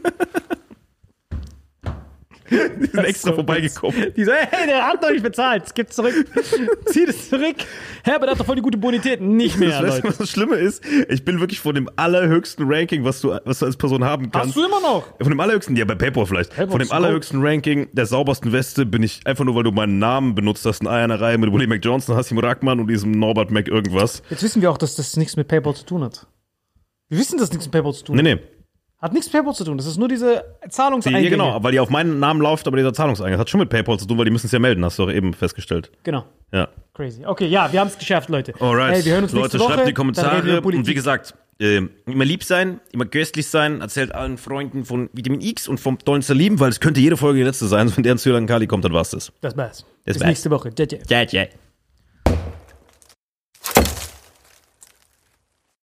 Die sind extra vorbeigekommen. Die so, hey, der hat doch nicht bezahlt, das gibt's zurück. Zieh das zurück. Herbert hat doch voll die gute Bonität. Nicht mehr, Weißt du, Leute. was das Schlimme ist? Ich bin wirklich von dem allerhöchsten Ranking, was du als Person haben kannst. Hast du immer noch? Von dem allerhöchsten, ja, bei PayPal vielleicht. PayPal Von dem ist allerhöchsten Ranking der saubersten Weste bin ich einfach nur, weil du meinen Namen benutzt hast, in einer Reihe mit Willie McJohnson, Hassim Rahman und diesem Norbert Mac irgendwas. Jetzt wissen wir auch, dass das nichts mit PayPal zu tun hat. Wir wissen, dass nichts mit PayPal zu tun hat. Nee. Hat nichts mit PayPal zu tun. Das ist nur diese Zahlungseingänge. Ja, genau, weil die auf meinen Namen läuft, aber dieser Zahlungseingang. Das hat schon mit PayPal zu tun, weil die müssen es ja melden, hast du doch eben festgestellt. Genau. Ja. Crazy. Okay, ja, wir haben es geschafft, Leute. Alright. Hey, wir hören uns Leute, nächste Woche. schreibt in die Dann reden wir Kommentare. über Politik. Und wie gesagt, immer lieb sein, immer köstlich sein, erzählt allen Freunden von Vitamin X und vom tollen Salim, weil es könnte jede Folge die letzte sein. Wenn der in Cyankali kommt, dann war's das. Das war's. Das Bis war's. nächste Woche. Ciao, ciao. Ja, ja.